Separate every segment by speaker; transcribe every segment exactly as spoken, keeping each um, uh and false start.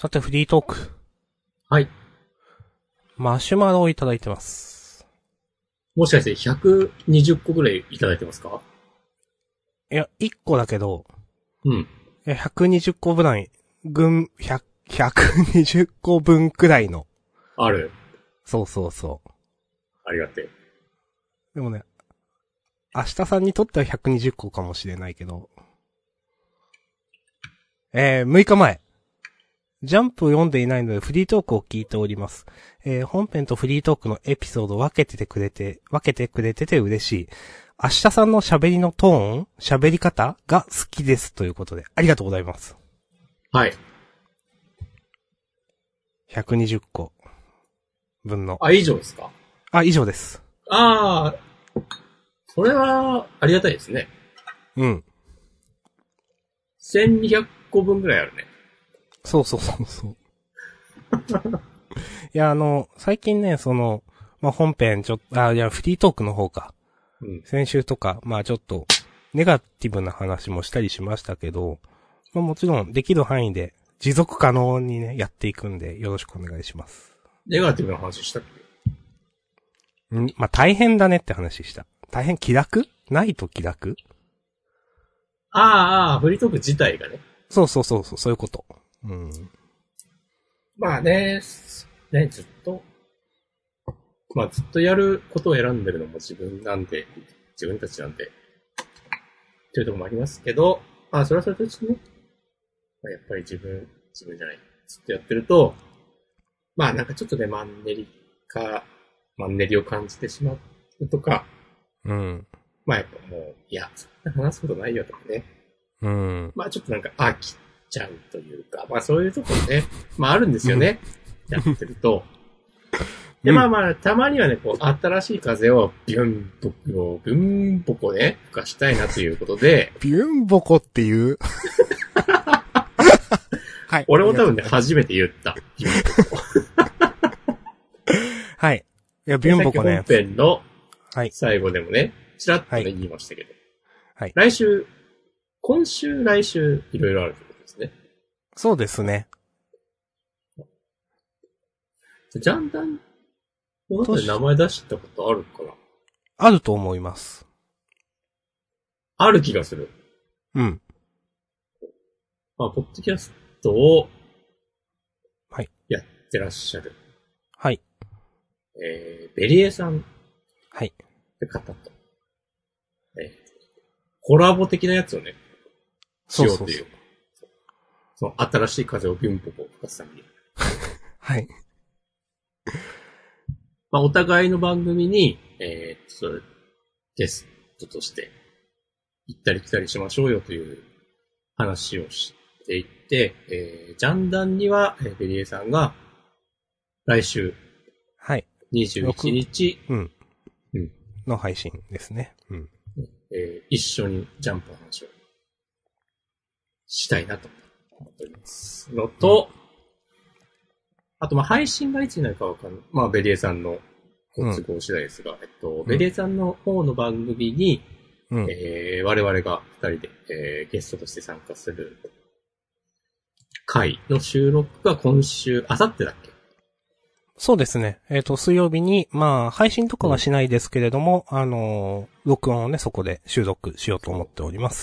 Speaker 1: さて、フリートーク。
Speaker 2: はい。
Speaker 1: マシュマロをいただいてます。
Speaker 2: もしかしてひゃくにじゅっこぐらいいただいてますか？
Speaker 1: いや、いっこだけど、
Speaker 2: うん。
Speaker 1: ひゃくにじゅっこぶらい、群、ひゃく、ひゃくにじゅっこぶんくらいの。
Speaker 2: ある。
Speaker 1: そうそうそう。
Speaker 2: ありがてえ。
Speaker 1: でもね、明日さんにとってはひゃくにじゅっこかもしれないけど。えー、むいかまえ。ジャンプを読んでいないのでフリートークを聞いております。えー、本編とフリートークのエピソードを分けててくれて、分けてくれてて嬉しい。明日さんの喋りのトーン、喋り方が好きですということで、ありがとうございます。
Speaker 2: はい。
Speaker 1: ひゃくにじゅっこ分の。
Speaker 2: あ、以上ですか？
Speaker 1: あ、以上です。
Speaker 2: ああ、それはありがたいですね。
Speaker 1: うん。
Speaker 2: せんにひゃっこぶんぐらいあるね。
Speaker 1: そうそうそうそう。いや、あの、最近ね、その、まあ、本編ちょっと、あ、いや、フリートークの方か。
Speaker 2: うん。
Speaker 1: 先週とか、まあちょっと、ネガティブな話もしたりしましたけど、まあもちろんできる範囲で持続可能にね、やっていくんでよろしくお願いします。
Speaker 2: ネガティブな話したっけ？
Speaker 1: んまあ大変だねって話した。大変気楽ないと気楽
Speaker 2: ああ、ああ、フリートーク自体がね。
Speaker 1: そうそうそうそう、そういうこと。うん。
Speaker 2: まあね、ね、ずっと、まあずっとやることを選んでるのも自分なんで、自分たちなんで、というところもありますけど、まあそれはそれとしてね、まあ、やっぱり自分、自分じゃない、ずっとやってると、まあなんかちょっとね、マンネリか、マンネリを感じてしまうとか、
Speaker 1: うん。
Speaker 2: まあやっぱもう、いや、そんな話すことないよとかね。
Speaker 1: うん。
Speaker 2: まあちょっとなんか飽きちゃうというか、まあそういうところね、まああるんですよね。やってると。で、まあまあ、たまにはね、こう、新しい風をビュンボコ、ビュンボコね、吹かしたいなということで。
Speaker 1: ビュンボコっていうはい。
Speaker 2: 俺も多分ね、初めて言った。ビュンボコ。
Speaker 1: はい。いや、ビュンボコね。
Speaker 2: 本編の
Speaker 1: はい。
Speaker 2: 最後でもね、ちらっとね、
Speaker 1: はい、
Speaker 2: 言いましたけど。
Speaker 1: はい。
Speaker 2: 来週、今週、来週、いろいろあるということですね。
Speaker 1: そうですね。
Speaker 2: ジャンダンの中で名前出したことあるかな？
Speaker 1: あると思います。
Speaker 2: ある気がする。
Speaker 1: うん。
Speaker 2: まあ、ポッドキャストを、
Speaker 1: はい。
Speaker 2: やってらっしゃる。
Speaker 1: はい。
Speaker 2: えー、ベリエさん。
Speaker 1: はい。
Speaker 2: って方と。えー、コラボ的なやつをね、しようという。そうそうそう。その新しい風をビュンポコ吹かすために。
Speaker 1: はい。
Speaker 2: まあ、お互いの番組に、えー、それ、ゲストとして、行ったり来たりしましょうよという話をしていって、えー、ジャンダンには、えー、ベリエさんが、来週、
Speaker 1: はい。
Speaker 2: にじゅういちにち、
Speaker 1: うん。
Speaker 2: うん。
Speaker 1: の配信ですね。うん。
Speaker 2: えー、一緒にジャンプの話をしたいなと思っておりますのと、うん、あと、ま、配信がいつになるかわかんない。まあ、ベリエさんのご都合次第ですが、うん、えっと、ベリエさんの方の番組に、うん、えー、我々が二人で、えー、ゲストとして参加する回の収録が今週、あさってだっけ？
Speaker 1: そうですね。えっと、水曜日に、まあ、配信とかはしないですけれども、うん、あのー、録音をね、そこで収録しようと思っております。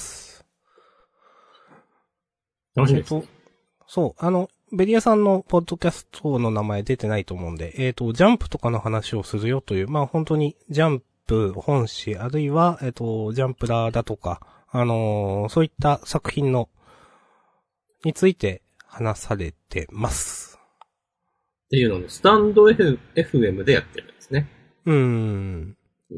Speaker 2: 楽しみですね。
Speaker 1: そう、あの、ベリアさんのポッドキャストの名前出てないと思うんで、えっと、ジャンプとかの話をするよという、まあ本当にジャンプ本誌、あるいは、えっと、ジャンプラーだとか、あのー、そういった作品の、について話されてます。
Speaker 2: っていうのをね、スタンド F、エフエム でやってるんですね。
Speaker 1: うーん。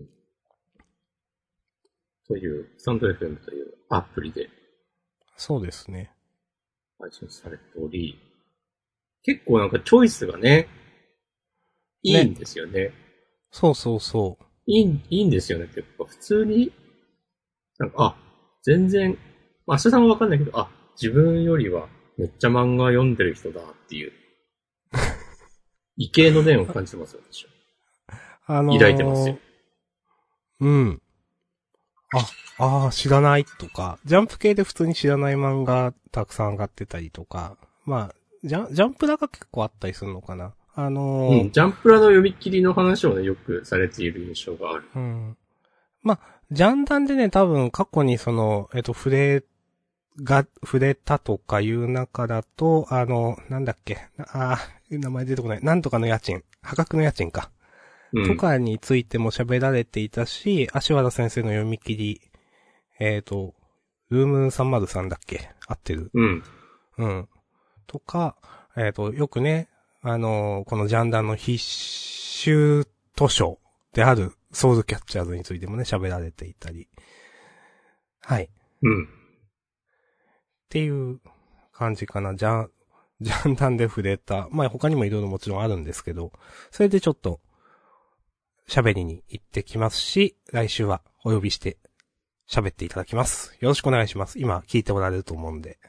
Speaker 2: という、スタンド エフエム というアプリで。
Speaker 1: そうですね。
Speaker 2: 配信されており、結構なんかチョイスがね、いいんですよね。ね、
Speaker 1: そうそうそう。
Speaker 2: いい、いいんですよね。結構普通に、なんか、あ、全然、まあ、明日さんはわかんないけど、あ、自分よりはめっちゃ漫画読んでる人だっていう、異形の念を感じてますよ、私は。あのー、抱いてますよ。
Speaker 1: うん。あ、ああ、知らないとか、ジャンプ系で普通に知らない漫画たくさん上がってたりとか、まあ、 ジャン、ジャンプラが結構あったりするのかな。あの
Speaker 2: ー、うん、ジャンプラの読み切りの話をね、よくされている印象がある。
Speaker 1: うん。まあ、ジャンダンでね、多分過去にその、えっと、触れ、が、触れたとかいう中だと、あの、なんだっけ、ああ、名前出てこない。なんとかの家賃。破格の家賃か。
Speaker 2: うん、
Speaker 1: とかについても喋られていたし、足原先生の読み切り、えっと、ルームさんまるさんだっけ合ってる。
Speaker 2: うん。
Speaker 1: うん。とか、えっと、よくね、あの、このジャンダンの必修図書であるソウルキャッチャーズについてもね、喋られていたり。はい。
Speaker 2: うん。
Speaker 1: っていう感じかな。ジャン、ジャンダンで触れた。まあ他にもいろいろもちろんあるんですけど、それでちょっと、喋りに行ってきますし、来週はお呼びして喋っていただきます。よろしくお願いします。今聞いておられると思うんで。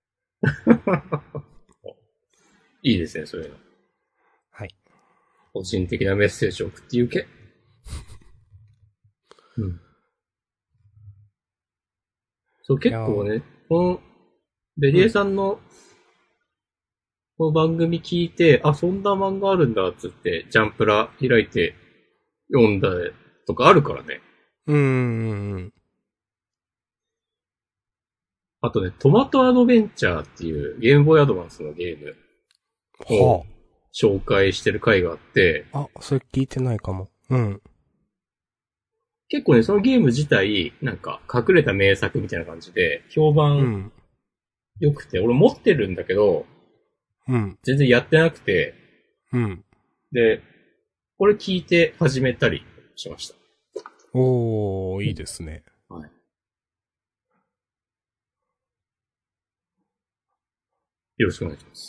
Speaker 2: いいですね、そういうの。
Speaker 1: はい。
Speaker 2: 個人的なメッセージを送ってゆけ。うん。そう、結構ね、この、ベリエさんの、この番組聞いて、うん、あ、そんな漫画あるんだ、つって、ジャンプラ開いて読んだとかあるからね。
Speaker 1: うーん。
Speaker 2: あとね、トマトアドベンチャーっていうゲームボーイアドバンスのゲームを紹介してる回があって、
Speaker 1: はあ、あ、それ聞いてないかも。うん。
Speaker 2: 結構ね、そのゲーム自体、なんか隠れた名作みたいな感じで、評判良くて、うん、俺持ってるんだけど、
Speaker 1: うん。
Speaker 2: 全然やってなくて、
Speaker 1: うん。
Speaker 2: で、これ聞いて始めたりしました。
Speaker 1: おー、いいですね。
Speaker 2: はい。よろしくお願いします。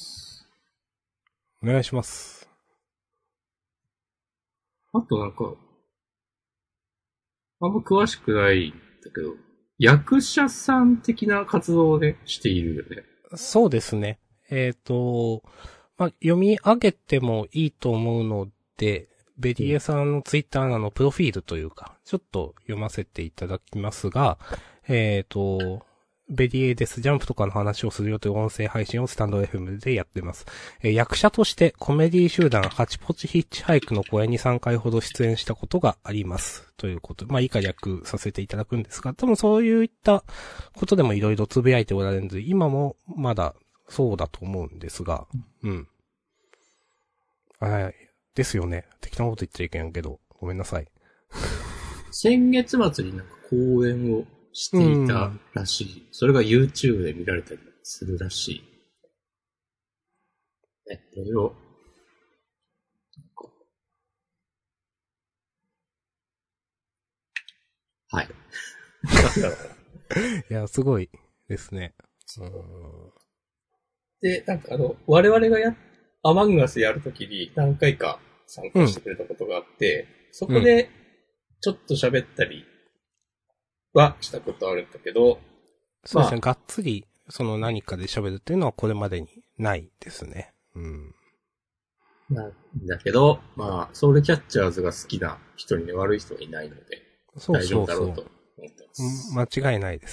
Speaker 1: お願いします。
Speaker 2: あとなんか、あんま詳しくないんだけど、役者さん的な活動をね、しているよね。
Speaker 1: そうですね。えっと、まあ、読み上げてもいいと思うので、ベリエさんのツイッターのプロフィールというか、ちょっと読ませていただきますが、えっと、ベリエです。ジャンプとかの話をするよという音声配信をスタンド エフエム でやってます。えー、役者としてコメディ集団ハチポチヒッチハイクの声にさんかいほど出演したことがあります。ということで、まあ以下略させていただくんですが、多分そういったことでもいろいろつぶやいておられるので、今もまだそうだと思うんですが、うん。はい。ですよね。適当なこと言っちゃいけんけど、ごめんなさい。
Speaker 2: 先月末になんか講演をしていたらしい。それが YouTube で見られたりするらしい。え、いろいろ。はい。
Speaker 1: いや、すごいですね。うん
Speaker 2: で、なんかあの、我々がや、アマンガスやるときに何回か参加してくれたことがあって、うん、そこでちょっと喋ったりはしたことあるんだけど、
Speaker 1: そうですね、まあ、がっつり、その何かで喋るっていうのはこれまでにないですね。うん。
Speaker 2: なんだけど、まあ、ソウルキャッチャーズが好きな人にね、悪い人はいないので、
Speaker 1: そうそうそう
Speaker 2: 大丈夫だろうと思ってます。
Speaker 1: うん、間違いないです。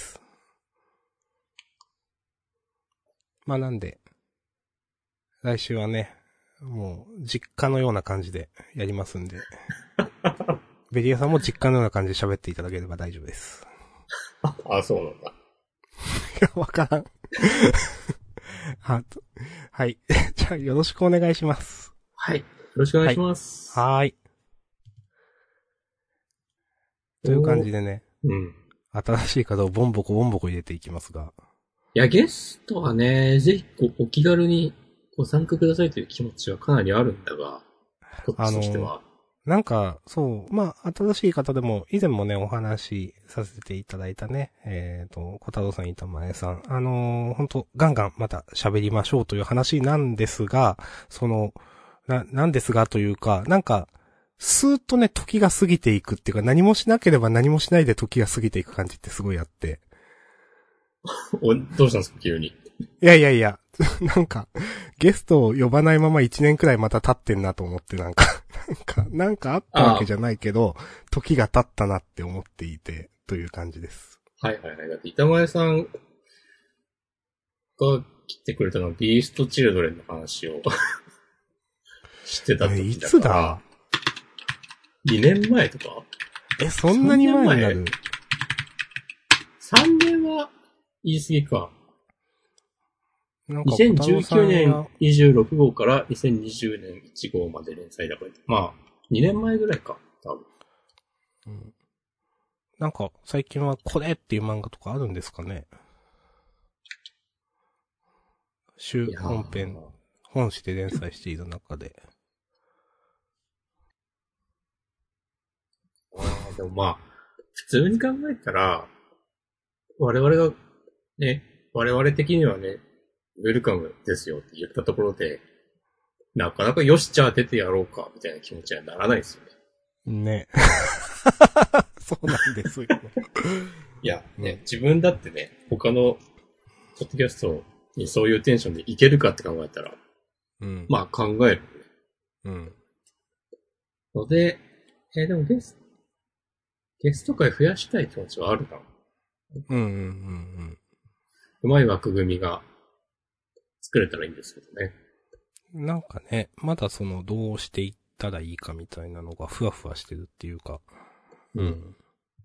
Speaker 1: まあなんで、来週はね、もう、実家のような感じでやりますんで。ベリアさんも実家のような感じで喋っていただければ大丈夫です。
Speaker 2: あ、あ、そうなんだ。い
Speaker 1: や、わからん。は、はい。じゃあ、よろしくお願いします。
Speaker 2: はい。よろしくお願いします。
Speaker 1: はい。はーい。という感じでね。
Speaker 2: うん。
Speaker 1: 新しい方をボンボコボンボコ入れていきますが。
Speaker 2: いや、ゲストはね、ぜひこうお気軽にご参加くださいという気持ちはかなりあるんだが、こっちとしては。
Speaker 1: なんか、そう、まあ、新しい方でも、以前もね、お話しさせていただいたね、えっ、ー、と、小太郎さん、板前さん、あのー、本当ガンガンまた喋りましょうという話なんですが、その、な、なんですがというか、なんか、スーッとね、時が過ぎていくっていうか、何もしなければ何もしないで時が過ぎていく感じってすごいあって。
Speaker 2: お、どうしたんですか、急に。
Speaker 1: いやいやいや、なんか、ゲストを呼ばないまま一年くらいまた経ってんなと思って、なんか、なんか、なんかあったわけじゃないけど、時が経ったなって思っていて、という感じです。
Speaker 2: はいはいはい。だって、板前さんが来てくれたのはビーストチルドレンの話をしてた時だから。
Speaker 1: え、いつだ ?
Speaker 2: に 年前とか
Speaker 1: え、そんなに前になる ?
Speaker 2: さん 年は言い過ぎか。
Speaker 1: なんか
Speaker 2: にせんじゅうきゅうねんにじゅうろく号からにせんにじゅうねんいち号まで連載だから。まあ、にねんまえぐらいか、多分。
Speaker 1: うん、なんか、最近はこれっていう漫画とかあるんですかね。週本編、本誌で連載している中で。
Speaker 2: あでもまあ、普通に考えたら、我々が、ね、我々的にはね、ウェルカムですよって言ったところで、なかなかよし、じゃあ出てやろうか、みたいな気持ちにはならないですよね。
Speaker 1: ね。そうなんですよ。
Speaker 2: いや、ね、自分だってね、他のポッドキャストにそういうテンションでいけるかって考えたら、
Speaker 1: うん、
Speaker 2: まあ考えるよね。
Speaker 1: うん。
Speaker 2: ので、えー、でもゲスト、ゲスト会増やしたい気持ちはあるな。
Speaker 1: うんうんうんうん。
Speaker 2: うまい枠組みが作れたらいいんですけどね。
Speaker 1: なんかね、まだそのどうしていったらいいかみたいなのがふわふわしてるっていうか。うん。うん、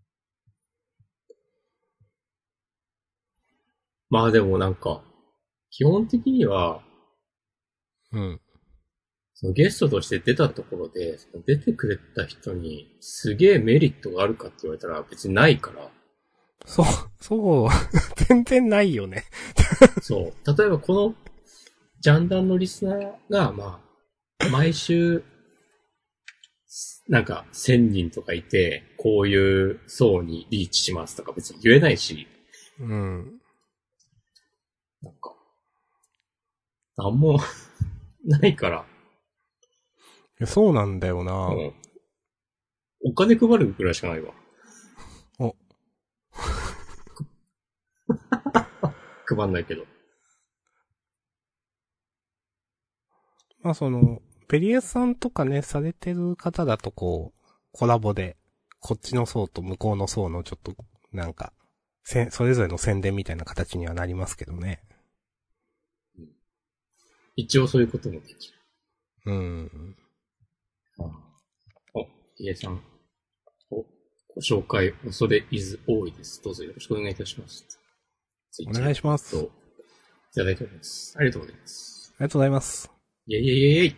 Speaker 2: まあでもなんか、基本的には、
Speaker 1: うん。
Speaker 2: そのゲストとして出たところで、その出てくれた人にすげえメリットがあるかって言われたら別にないから。
Speaker 1: そう、そう、全然ないよね。
Speaker 2: そう。例えばこの、ジャンダンのリスナーが、まあ、毎週、なんか、千人とかいて、こういう層にリーチしますとか別に言えないし。
Speaker 1: うん。
Speaker 2: なんか、なんも、ないから。
Speaker 1: そうなんだよな、
Speaker 2: うん。お金配るぐらいしかないわ。
Speaker 1: お。
Speaker 2: 配んないけど。
Speaker 1: まあその、ペリエさんとかね、されてる方だとこう、コラボで、こっちの層と向こうの層のちょっと、なんか、せ、それぞれの宣伝みたいな形にはなりますけどね。
Speaker 2: うん、一応そういうこともできる。
Speaker 1: うん。
Speaker 2: ああお、ヒエさん。お、ご紹介、恐れいず多いです。どうぞよろしくお願いいたします。
Speaker 1: お願いします。
Speaker 2: いただいております。ありがとうございます。
Speaker 1: ありがとうございます。
Speaker 2: イェイイェイイェイイェイ。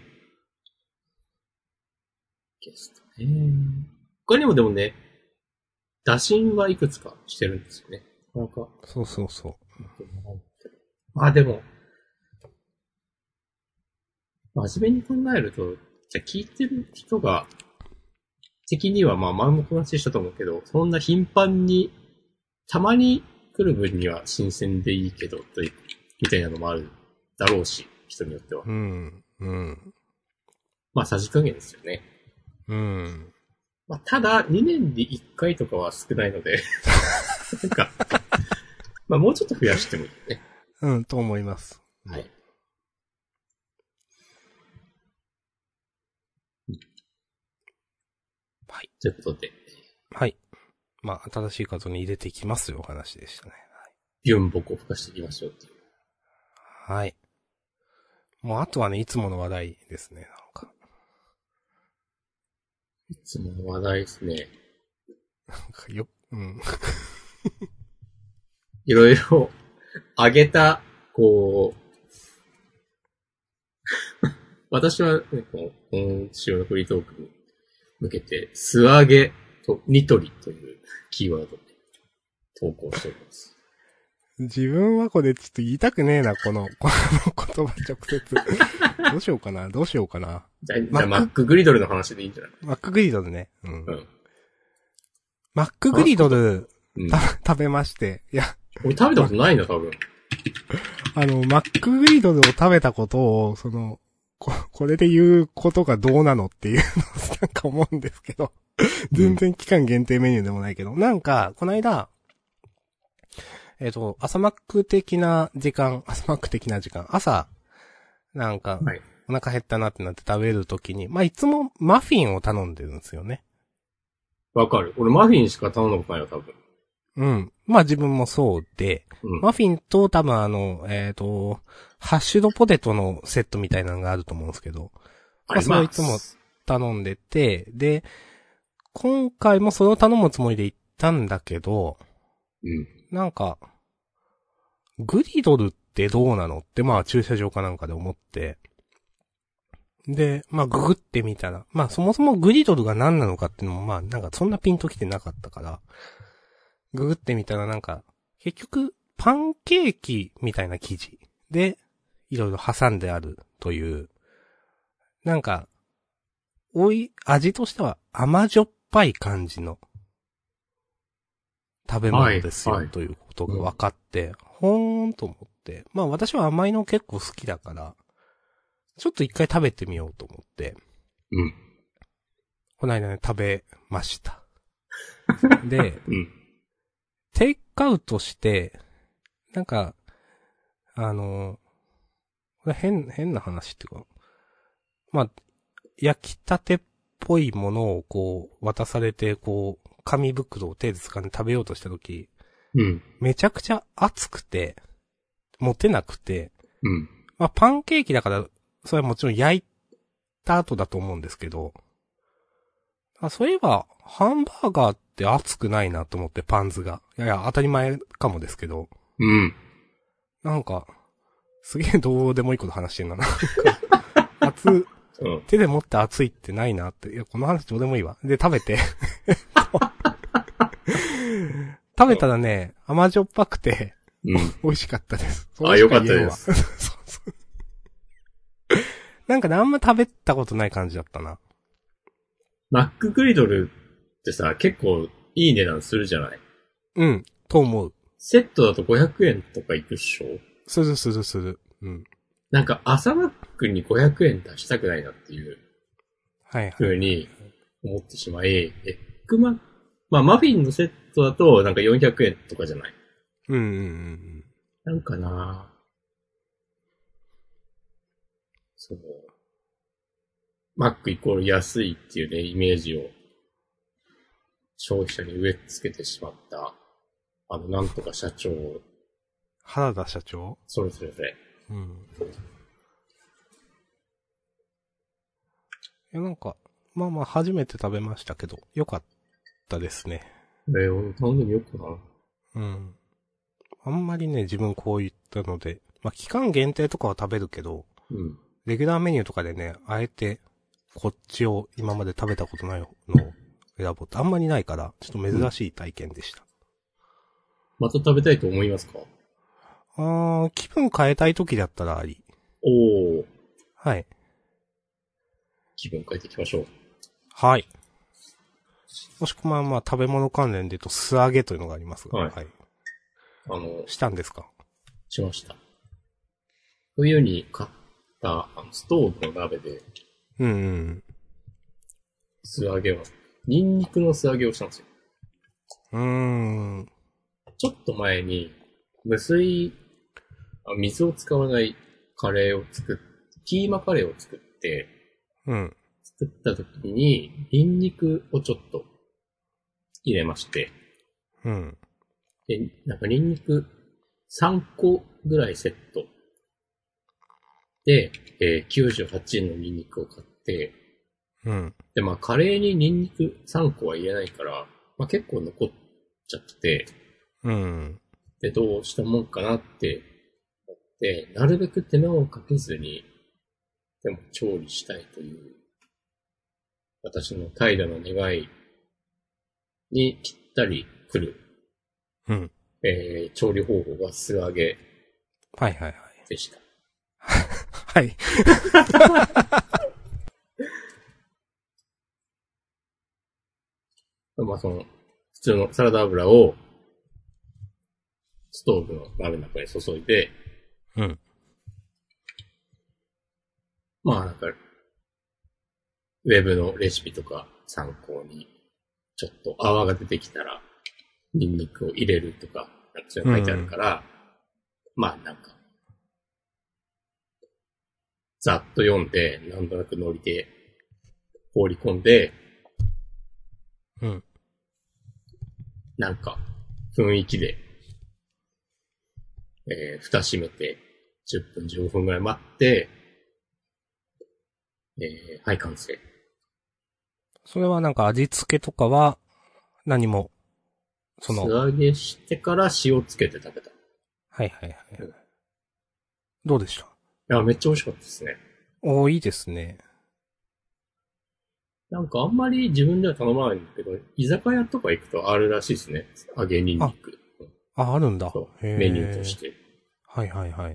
Speaker 2: ゲストね。他にもでもね、打診はいくつかしてるんですよね。なんか。
Speaker 1: そうそうそう。
Speaker 2: まあでも、真面目に考えると、じゃあ聞いてる人が、的にはまあ前も話したと思うけど、そんな頻繁に、たまに来る分には新鮮でいいけど、という、みたいなのもあるだろうし、人によっては。
Speaker 1: うん、うん。ま
Speaker 2: あさじ加減ですよね。
Speaker 1: うん。
Speaker 2: まあただ、にねんにいっかいとかは少ないので、なんか、まあもうちょっと増やしてもいいよね。
Speaker 1: うん、と思います。
Speaker 2: はい。はい。ということで。
Speaker 1: はい。まあ、新しい画像に入れていきますよ、お話でしたね。はい、
Speaker 2: ビュンボコを吹かしていきましょうっていう。
Speaker 1: はい。もうあとはね、いつもの話題ですね、なんか。
Speaker 2: いつもの話題ですね。
Speaker 1: なんかよ、うん。
Speaker 2: いろいろ、あげた、こう、私は、ね、この週のフリートークに向けて、素揚げとニトリというキーワードで投稿しております。
Speaker 1: 自分はこれちょっと言いたくねえな、この、この言葉直接。どうしようかな、どうしようかな。
Speaker 2: じゃあ、じゃあマックグリドルの話でいいんじゃない？
Speaker 1: マックグリドルね。うん。うん、マックグリドル、うん、食べまして。いや。
Speaker 2: 俺食べたことないんだ、多分。
Speaker 1: あの、マックグリドルを食べたことを、その、こ、これで言うことがどうなのっていうのをなんか思うんですけど。全然期間限定メニューでもないけど。うん、なんか、この間、えっと、朝マック的な時間、朝マック的な時間、朝、なんか、お腹減ったなってなって食べるときに、まあ、いつもマフィンを頼んでるんですよね。
Speaker 2: わかる。俺マフィンしか頼んだことないよ、多分。
Speaker 1: うん。まあ自分もそうで、
Speaker 2: うん。
Speaker 1: マフィンと多分あの、えっ、と、ハッシュドポテトのセットみたいなのがあると思うんですけど、まあ
Speaker 2: ありま
Speaker 1: それをいつも
Speaker 2: す。
Speaker 1: 頼んでて、で、今回もそれを頼むつもりで行ったんだけど、
Speaker 2: うん。
Speaker 1: なんか、グリドルってどうなのってまあ駐車場かなんかで思って、で、まあググってみたら、まあそもそもグリドルが何なのかっていうのもまあなんかそんなピンときてなかったから、ググってみたらなんか、結局、パンケーキみたいな生地で、いろいろ挟んであるという、なんか、おい、味としては甘じょっぱい感じの食べ
Speaker 2: はい、
Speaker 1: 物ですよ、
Speaker 2: はい。
Speaker 1: ということが
Speaker 2: うん。
Speaker 1: 分かって、ほーんと思って。まあ私は甘いの結構好きだから、ちょっと一回食べてみようと思って、
Speaker 2: うん。
Speaker 1: この間ね、食べました。で、
Speaker 2: うん。
Speaker 1: テイクアウトして、なんか、あの、これ変、変な話っていうか、まあ、焼きたてっぽいものをこう、渡されて、こう、紙袋を手で掴んで食べようとしたとき、
Speaker 2: うん。
Speaker 1: めちゃくちゃ熱くて、持てなくて、
Speaker 2: うん。
Speaker 1: まあ、パンケーキだから、それはもちろん焼いた後だと思うんですけど、あ、そういえば、ハンバーガーって熱くないなと思って、パンズが。いやいや、当たり前かもですけど、
Speaker 2: うん。
Speaker 1: なんか、すげえどうでもいいこと話してんだな。熱、
Speaker 2: うん。
Speaker 1: 手で持って熱いってないなって。いや、この話どうでもいいわ。で、食べて。食べたらね、甘じょっぱくて、
Speaker 2: うん。
Speaker 1: 美味しかったです。そ
Speaker 2: あ、
Speaker 1: れし
Speaker 2: よかっ
Speaker 1: か言えんわ。そ
Speaker 2: たです。
Speaker 1: うそう。なんかね、あんま食べたことない感じだったな。
Speaker 2: マックグリドルってさ、結構いい値段するじゃない？
Speaker 1: うん、と思う。
Speaker 2: セットだとごひゃくえんとかいくっしょ？
Speaker 1: するするする。うん。
Speaker 2: なんか朝マックにごひゃくえん出したくないなっていう
Speaker 1: はいはいはい。
Speaker 2: 風に思ってしまい、エッグマ、まあマフィンのセットだとなんかよんひゃくえんとかじゃない？
Speaker 1: うんうんうん
Speaker 2: なんかなそう。マックイコール安いっていうね、イメージを消費者に植え付けてしまった、あの、なんとか社長、
Speaker 1: 原田社長。
Speaker 2: それそれそれ。
Speaker 1: うん。いや、なんか、まあまあ初めて食べましたけど、よかったですね。
Speaker 2: えー、俺頼んでみようかな。
Speaker 1: うん。あんまりね、自分こう言ったので、まあ期間限定とかは食べるけど、
Speaker 2: うん。
Speaker 1: レギュラーメニューとかでね、あえて、こっちを今まで食べたことないのを選ぼうってあんまりないから、ちょっと
Speaker 2: うん。
Speaker 1: 珍しい体験でした。
Speaker 2: また食べたいと思いますか？
Speaker 1: あー、気分変えたい時だったらあり。
Speaker 2: おー、
Speaker 1: はい。
Speaker 2: 気分変えていきましょう。
Speaker 1: はい。もしくはまあ食べ物関連で言うと素揚げというのがありますが、
Speaker 2: はい。
Speaker 1: はい。
Speaker 2: あの、
Speaker 1: したんですか？
Speaker 2: しました。冬に買ったあのストーブの鍋で
Speaker 1: うんうん。
Speaker 2: 素揚げを、ニンニクの素揚げをしたんですよ。
Speaker 1: うーん。
Speaker 2: ちょっと前に、無水、あ水を使わないカレーを作っ、キーマカレーを作って、
Speaker 1: うん。
Speaker 2: 作った時に、ニンニクをちょっと入れまして、
Speaker 1: うん。
Speaker 2: で、なんかニンニクさんこぐらいセットで、えー、きゅうじゅうはちえんのニンニクを買って、
Speaker 1: うん。
Speaker 2: で、まあカレーにニンニクさんこは入れないから、まあ結構残っちゃって、
Speaker 1: うん。
Speaker 2: で、どうしたもんかなって思って、なるべく手間をかけずに、でも調理したいという、私の怠惰な願いにぴったり来る、
Speaker 1: うん。
Speaker 2: えー、調理方法が素揚げ
Speaker 1: はいはいはい。
Speaker 2: でした。
Speaker 1: はい。
Speaker 2: まあその、普通のサラダ油をストーブの鍋の中に注いで、
Speaker 1: うん。
Speaker 2: まあなんか、ウェブのレシピとか参考に、ちょっと泡が出てきたら、ニンニクを入れるとか、なんかそういうの書いてあるから、まあなんか、ざっと読んで、なんとなくノリで放り込んで、
Speaker 1: うん。
Speaker 2: なんか、 雰囲気で、えー、蓋閉めて、じゅっぷん、じゅうごふんぐらい待って、えー、はい、完成。
Speaker 1: それはなんか味付けとかは、何も、その。
Speaker 2: 素揚げしてから塩つけて食べた。
Speaker 1: はいはいはい。うん、どうでした？い
Speaker 2: や、めっちゃ美味しかったですね。
Speaker 1: おー、いいですね。
Speaker 2: なんかあんまり自分では頼まないんだけど、居酒屋とか行くとあるらしいですね。揚げニンニク。
Speaker 1: あ、あるんだ。
Speaker 2: へメニューとして。
Speaker 1: はいはいはい。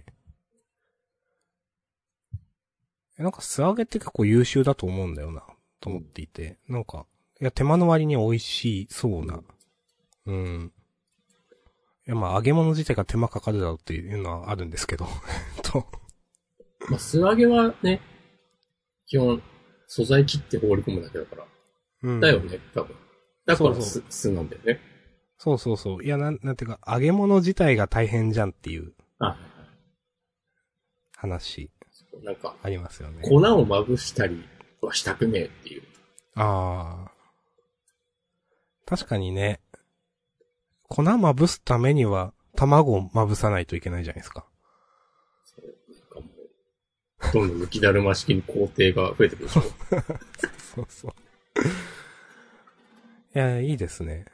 Speaker 1: なんか素揚げって結構優秀だと思うんだよな、と思っていて。うん、なんか、いや、手間の割に美味しそうな。うん。うん、いや、まあ揚げ物自体が手間かかるだろうっていうのはあるんですけど。と。
Speaker 2: まあ、素揚げはね、基本、素材切って放り込むだけだから。うん。だよね、多分。だから酢、酢なんだよね。
Speaker 1: そうそうそう。いや、なん、なんていうか、揚げ物自体が大変じゃんっていう。あ、話。
Speaker 2: なんか、
Speaker 1: ありますよね。
Speaker 2: 粉をまぶしたりはしたくねえっていう。
Speaker 1: ああ。確かにね。粉まぶすためには、卵をまぶさないといけないじゃないですか。
Speaker 2: そう、なんかもう、どんどん抜きだるま式に工程が増えてくるでしょ。
Speaker 1: そうそう。いや、いいですね。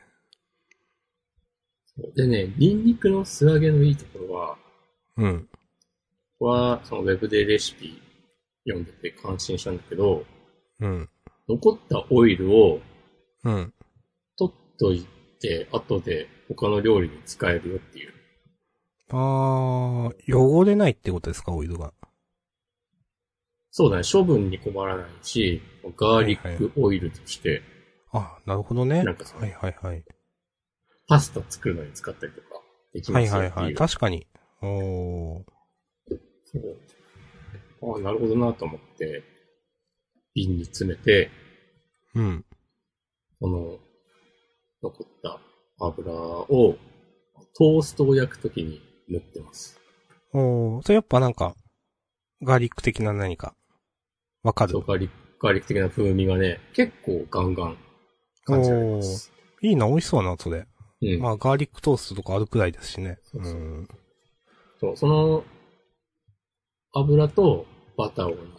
Speaker 2: でね、ニンニクの素揚げのいいところは、
Speaker 1: うん。
Speaker 2: は、そのウェブでレシピ読んでて感心したんだけど、
Speaker 1: うん。
Speaker 2: 残ったオイルを、
Speaker 1: うん。
Speaker 2: 取っといて、後で他の料理に使えるよっていう。
Speaker 1: あー、汚れないってことですか、オイルが。
Speaker 2: そうだね、処分に困らないし、ガーリックオイルとして。
Speaker 1: はいはい、あ、なるほどね。
Speaker 2: なんかさ、
Speaker 1: はいはいはい。
Speaker 2: パスタ作るのに使ったりとかできますよ。
Speaker 1: はいはいはい。確かに。おー。
Speaker 2: そう。ああ、なるほどなと思って、瓶に詰めて、
Speaker 1: うん。
Speaker 2: この、残った油を、トーストを焼くときに塗ってます。
Speaker 1: おー、それやっぱなんか、ガーリック的な何か、わかる？
Speaker 2: そう、ガーリック、ガーリック的な風味がね、結構ガンガン感じられます。
Speaker 1: いいな、美味しそうな、それ。
Speaker 2: うん。
Speaker 1: まあ、ガーリックトーストとかあるくらいですしね。
Speaker 2: そうそう。
Speaker 1: うん、
Speaker 2: そう、その、油とバターを塗って、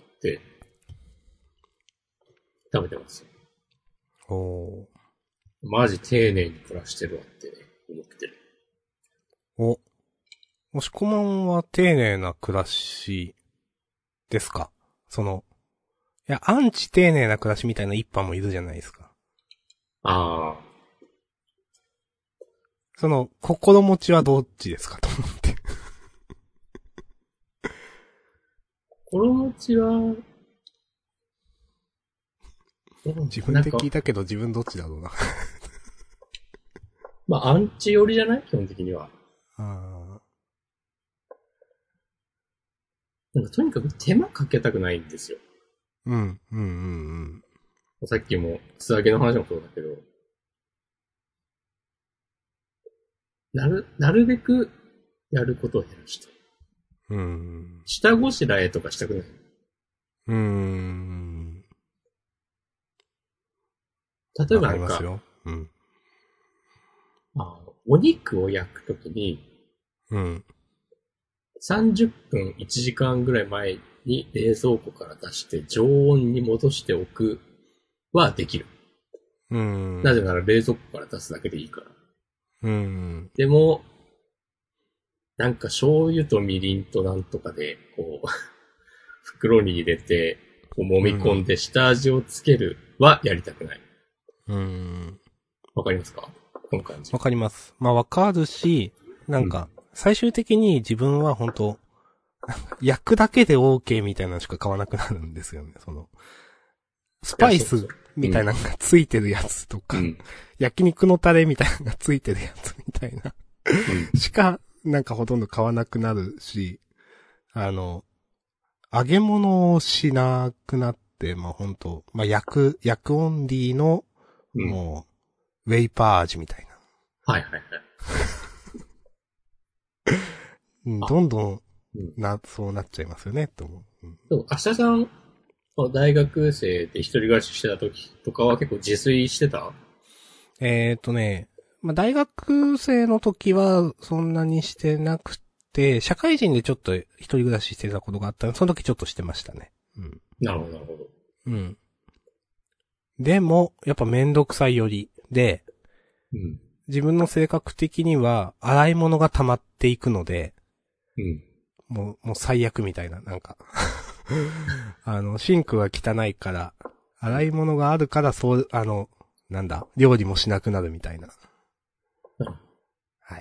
Speaker 2: 食べてますよ。
Speaker 1: おー。
Speaker 2: マジ丁寧に暮らしてるわってね、思ってる。
Speaker 1: お。もしこまんは丁寧な暮らし、ですか？その、いや、アンチ丁寧な暮らしみたいな一派もいるじゃないですか。
Speaker 2: ああ。
Speaker 1: その、心持ちはどっちですかと思って。
Speaker 2: 心持ちは、
Speaker 1: 自分で聞いたけど自分どっちだろうな。
Speaker 2: まあ、アンチ寄りじゃない？基本的には。
Speaker 1: あ
Speaker 2: なんかとにかく手間かけたくないんですよ。
Speaker 1: うん、うん、うん、うん。
Speaker 2: さっきも素揚げの話もそうだけど、なる、なるべくやることを減らして。
Speaker 1: うん。
Speaker 2: 下ごしらえとかしたくない。
Speaker 1: うーん。
Speaker 2: 例えばなんか、
Speaker 1: わかりますよ。うん。
Speaker 2: あお肉を焼くときに、
Speaker 1: うん。
Speaker 2: さんじゅっぷん、いちじかんぐらい前に冷蔵庫から出して常温に戻しておくはできる。
Speaker 1: うん。
Speaker 2: なぜなら冷蔵庫から出すだけでいいから。
Speaker 1: うん。
Speaker 2: でも、なんか醤油とみりんとなんとかで、こう、袋に入れて、こう揉み込んで下味をつけるはやりたくない。
Speaker 1: うん。
Speaker 2: わかりますか？この感じ。
Speaker 1: わかります。まあわかるし、なんか、最終的に自分は本当焼くだけで OK みたいなのしか買わなくなるんですよね。その、スパイスみたいなのがついてるやつとか、うん、焼肉のタレみたいなのがついてるやつみたいな、うん、しか、なんかほとんど買わなくなるし、あの、揚げ物をしなくなって、まあ本当まあ焼く、焼くオンリーの、もう、ウェイパー味みたいな。
Speaker 2: はいはいはい。
Speaker 1: どんどん、な、そうなっちゃいますよね、と思う。うん、
Speaker 2: でも、明日さん、大学生で一人暮らししてた時とかは結構自炊してた？
Speaker 1: えーとね、 まあ、大学生の時はそんなにしてなくて、社会人でちょっと一人暮らししてたことがあったので、その時ちょっとしてましたね。うん。
Speaker 2: なるほど、なるほど。
Speaker 1: うん。でも、やっぱめんどくさいよりで、
Speaker 2: うん。
Speaker 1: 自分の性格的には洗い物が溜まっていくので、
Speaker 2: うん。
Speaker 1: もう、もう最悪みたいな、なんか。あの、シンクが汚いから、洗い物があるから、そう、あの、なんだ、料理もしなくなるみたいな。
Speaker 2: うん、
Speaker 1: はい。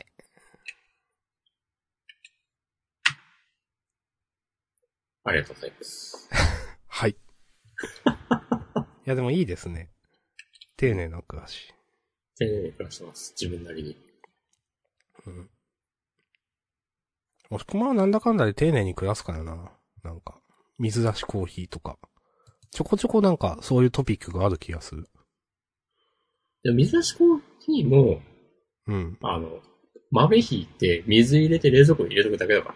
Speaker 2: ありがとうございます。
Speaker 1: はい。いや、でもいいですね。丁寧な暮らし。
Speaker 2: 丁寧に暮らしてます。自分なりに。
Speaker 1: うん。もしくはなんだかんだで丁寧に暮らすからな。なんか、水出しコーヒーとか。ちょこちょこなんか、そういうトピックがある気がする。
Speaker 2: でも水出しコーヒーも、
Speaker 1: うん。
Speaker 2: あの、豆ひいて水入れて冷蔵庫に入れとくだけだから。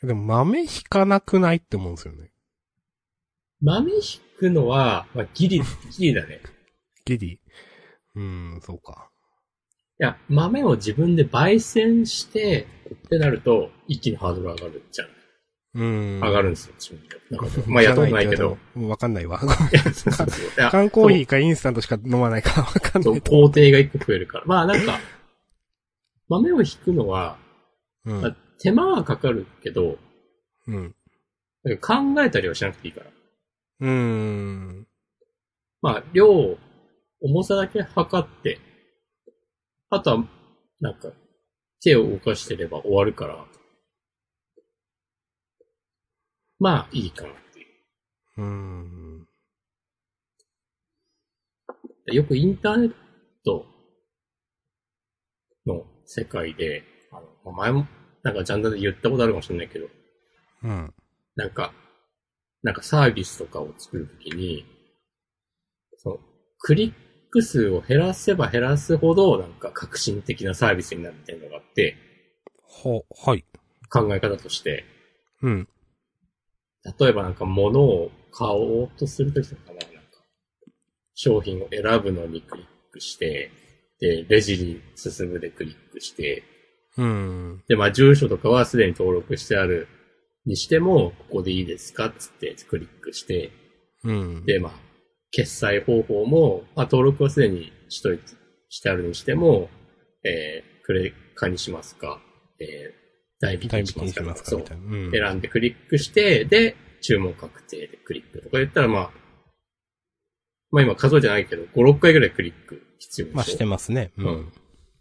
Speaker 1: でも豆引かなくないって思うんですよね。
Speaker 2: 豆ひくのは、まあ、ギリ、ギリだね。
Speaker 1: ギリ。うーん、そうか。
Speaker 2: いや、豆を自分で焙煎して、ってなると、一気にハードル上がるじゃん。
Speaker 1: うーん。
Speaker 2: 上がるんですよ、自分で。なんかまあ、やったことないけど。
Speaker 1: わかんないわ。
Speaker 2: そうそうそう。
Speaker 1: 缶コーヒーかインスタントしか飲まないからわかんない。
Speaker 2: そう、工程が一個増えるから。まあなんか、豆をひくのは、
Speaker 1: うん
Speaker 2: まあ、手間はかかるけど、
Speaker 1: うん。
Speaker 2: 考えたりはしなくていいから。
Speaker 1: うーん。
Speaker 2: まあ、量、重さだけ測って、あとは、なんか、手を動かしてれば終わるから、まあ、いいかなっていう。
Speaker 1: うーん。
Speaker 2: よくインターネットの世界で、あの、前も、なんかジャンダで言ったことあるかもしれないけど、
Speaker 1: うん。
Speaker 2: なんか、なんかサービスとかを作るときに、その、クリック数を減らせば減らすほど、なんか革新的なサービスになるみたいなのがあって、
Speaker 1: は、はい。
Speaker 2: 考え方として、
Speaker 1: うん。
Speaker 2: 例えばなんか物を買おうとするときとかな、なんか、商品を選ぶのにクリックして、で、レジに進むでクリックして、
Speaker 1: うん。
Speaker 2: で、まあ、住所とかはすでに登録してあるにしても、ここでいいですかっつってクリックして、
Speaker 1: うん。
Speaker 2: で、まあ、決済方法も、まあ、登録はすでにしといて、してあるにしても、えー、クレカにしますか、えー、代引きにしますか、
Speaker 1: 代引きにしますか
Speaker 2: そう
Speaker 1: みたいな。うん。
Speaker 2: 選んでクリックして、で、注文確定でクリックとか言ったら、まあ、まあ今数えてないけど、ご、ろっかいぐらいクリック必要でしょ。
Speaker 1: まあしてますね。うん。うん、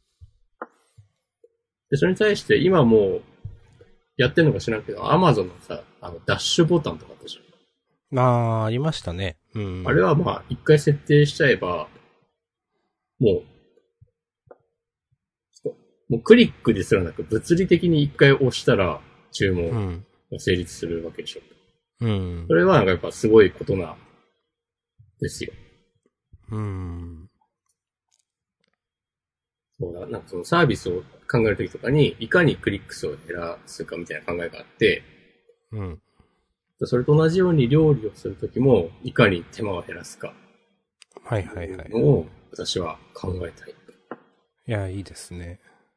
Speaker 2: で、それに対して今もう、やってんのか知らんけど、アマゾンのさ、あの、ダッシュボタンとかあったじゃん。
Speaker 1: ああ、ありましたね。うん。
Speaker 2: あれはまあ、一回設定しちゃえば、もう、もうクリックですらなく、物理的に一回押したら、注文が成立するわけでしょ。
Speaker 1: うん。
Speaker 2: それはなんかやっぱすごいことなんですよ。
Speaker 1: うん。
Speaker 2: そうだ、なんかそのサービスを考えるときとかに、いかにクリック数を減らすかみたいな考えがあって、
Speaker 1: うん。
Speaker 2: それと同じように料理をするときも、いかに手間を減らすか。
Speaker 1: はいはいはい。
Speaker 2: のを私は考えたい。い
Speaker 1: や、いいですね。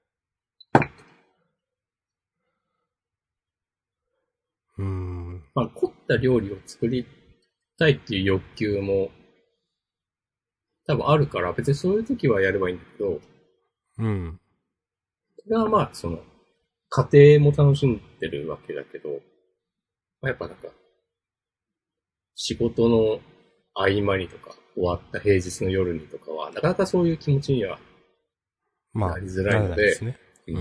Speaker 1: うーん。
Speaker 2: まあ、凝った料理を作りたいっていう欲求も多分あるから、別にそういうときはやればいいんだけど、
Speaker 1: うん。
Speaker 2: それはまあ、その、家庭も楽しんでるわけだけど、まあ、やっぱなんか、仕事の合間にとか、終わった平日の夜にとかは、なかなかそういう気持ちには
Speaker 1: まあ、
Speaker 2: なりづらいので、
Speaker 1: ですね。うん。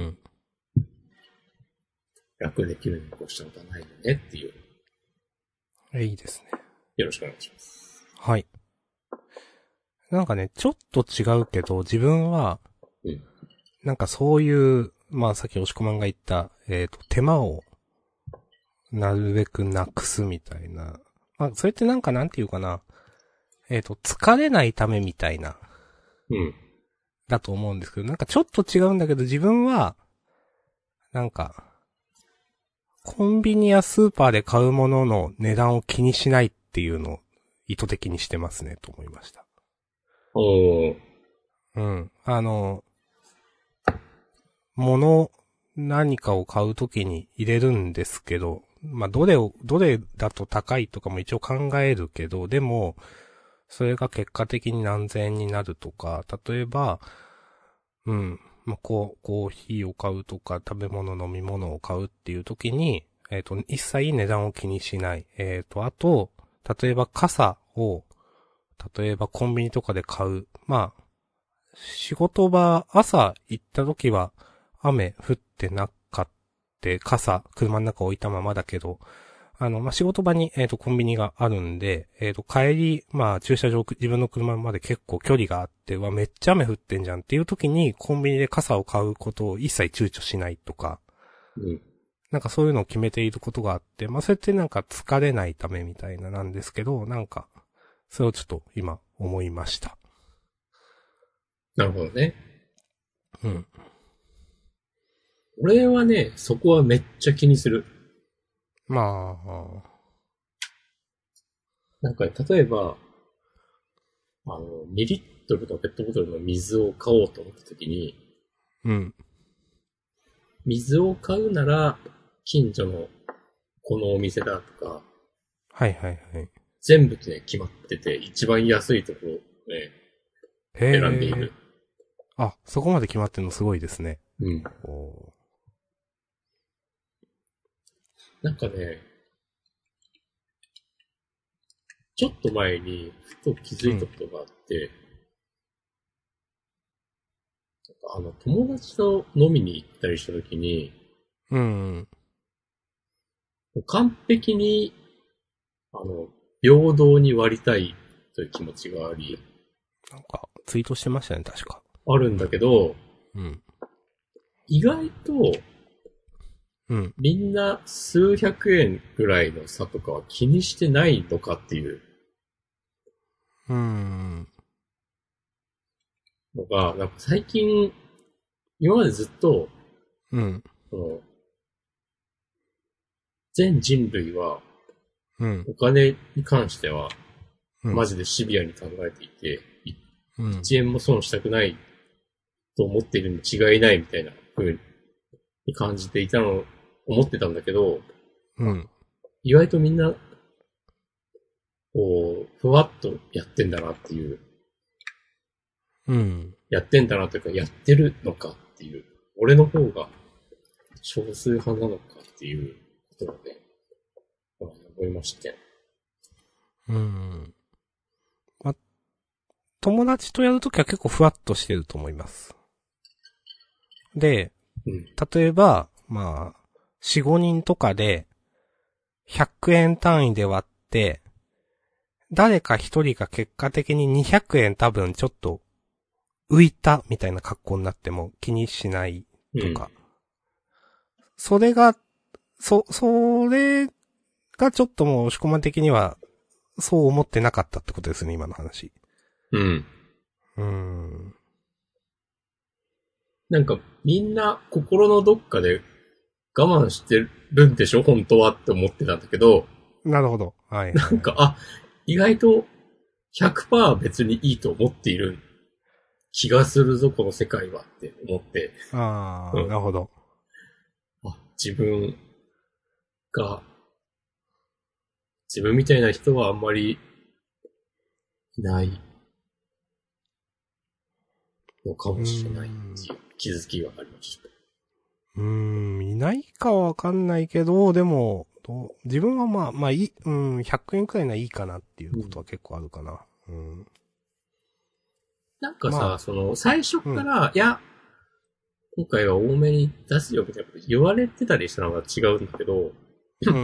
Speaker 2: 楽できるに越したことはないよねっていう。
Speaker 1: いいですね。
Speaker 2: よろしくお願いします。
Speaker 1: はい。なんかね、ちょっと違うけど、自分は、
Speaker 2: うん、
Speaker 1: なんかそういう、まあさっき押し込まんが言った、えっと、手間を、なるべくなくすみたいな。まあ、それってなんかなんていうかな。えっと、疲れないためみたいな。
Speaker 2: うん。
Speaker 1: だと思うんですけど、なんかちょっと違うんだけど、自分は、なんか、コンビニやスーパーで買うものの値段を気にしないっていうのを意図的にしてますね、と思いました。
Speaker 2: おー。
Speaker 1: うん。あの、物、何かを買うときに入れるんですけど、まあ、どれを、どれだと高いとかも一応考えるけど、でも、それが結果的に何千円になるとか、例えば、うん、まあ、こう、コーヒーを買うとか、食べ物、飲み物を買うっていうときに、えっと、一切値段を気にしない。えっと、あと、例えば傘を、例えばコンビニとかで買う。まあ、仕事場、朝行った時は雨降ってなかって、傘、車の中置いたままだけど、あの、まあ、仕事場に、えっ、と、コンビニがあるんで、えっ、と、帰り、まあ、駐車場、自分の車まで結構距離があって、わ、めっちゃ雨降ってんじゃんっていう時に、コンビニで傘を買うことを一切躊躇しないとか、
Speaker 2: うん。
Speaker 1: なんかそういうのを決めていることがあって、まあ、それってなんか疲れないためみたいななんですけど、なんか、それをちょっと今思いました。
Speaker 2: なるほどね。
Speaker 1: うん。
Speaker 2: 俺はね、そこはめっちゃ気にする。
Speaker 1: まあ、
Speaker 2: なんか、例えば、あの、にリットルのペットボトルの水を買おうと思った時に、
Speaker 1: うん。
Speaker 2: 水を買うなら、近所のこのお店だとか、
Speaker 1: はいはいはい。
Speaker 2: 全部ね、決まってて、一番安いところをね、
Speaker 1: へえ。
Speaker 2: 選んでいる。
Speaker 1: あ、そこまで決まってんのすごいですね。
Speaker 2: うん。
Speaker 1: お
Speaker 2: なんかね、ちょっと前に、ふと気づいたことがあって、あの、友達と飲みに行ったりした時に、
Speaker 1: うん。
Speaker 2: 完璧に、あの、平等に割りたいという気持ちがあり、
Speaker 1: なんか、ツイートしてましたね、確か。
Speaker 2: あるんだけど、
Speaker 1: うん。
Speaker 2: 意外と、
Speaker 1: うん。
Speaker 2: みんな数百円ぐらいの差とかは気にしてないのかっていう
Speaker 1: うん。
Speaker 2: のが、なんか最近、今までずっと、
Speaker 1: うん。
Speaker 2: その全人類は
Speaker 1: うん。
Speaker 2: お金に関しては、
Speaker 1: うん。
Speaker 2: マジでシビアに考えていて、
Speaker 1: うん。
Speaker 2: 一円も損したくないと思っているに違いないみたいな風に感じていたの、思ってたんだけど、
Speaker 1: うん。
Speaker 2: 意外とみんな、こう、ふわっとやってんだなっていう、
Speaker 1: うん。
Speaker 2: やってんだなというか、やってるのかっていう、俺の方が少数派なのかっていうことをね、思いましたよ。
Speaker 1: うん。ま、友達とやるときは結構ふわっとしてると思います。で、
Speaker 2: うん。
Speaker 1: 例えば、まあ、よん、ごにんとかで、ひゃくえん単位で割って、誰か一人が結果的ににひゃくえん多分ちょっと浮いたみたいな格好になっても気にしない
Speaker 2: うん。
Speaker 1: とか。それが、そ、それがちょっともう押し込ま的にはそう思ってなかったってことですね、今の話。
Speaker 2: うん。
Speaker 1: うーん。
Speaker 2: なんか、みんな心のどっかで我慢してるんでしょ本当はって思ってたんだけど、
Speaker 1: なるほど。はいはいはい。
Speaker 2: なんか、あ、意外とひゃくパーセント別にいいと思っている気がするぞ、この世界はって思って、
Speaker 1: あー、
Speaker 2: うん。
Speaker 1: なるほど。
Speaker 2: あ、自分が、自分みたいな人はあんまりいないのか
Speaker 1: うー
Speaker 2: もしれないって
Speaker 1: ん。
Speaker 2: いう気づきがありました。
Speaker 1: うーん、いないかはわかんないけど、でも、どう自分はまあ、まあいい、うん、ひゃくえんくえんくらいならいいかなっていう
Speaker 2: うん。
Speaker 1: ことは結構あるかな。うん。
Speaker 2: なんかさ、
Speaker 1: まあ、
Speaker 2: その、最初
Speaker 1: うん。
Speaker 2: から、いや、今回は多めに出すよみたいなこと言われてたりしたのが違うんだけど、
Speaker 1: うん。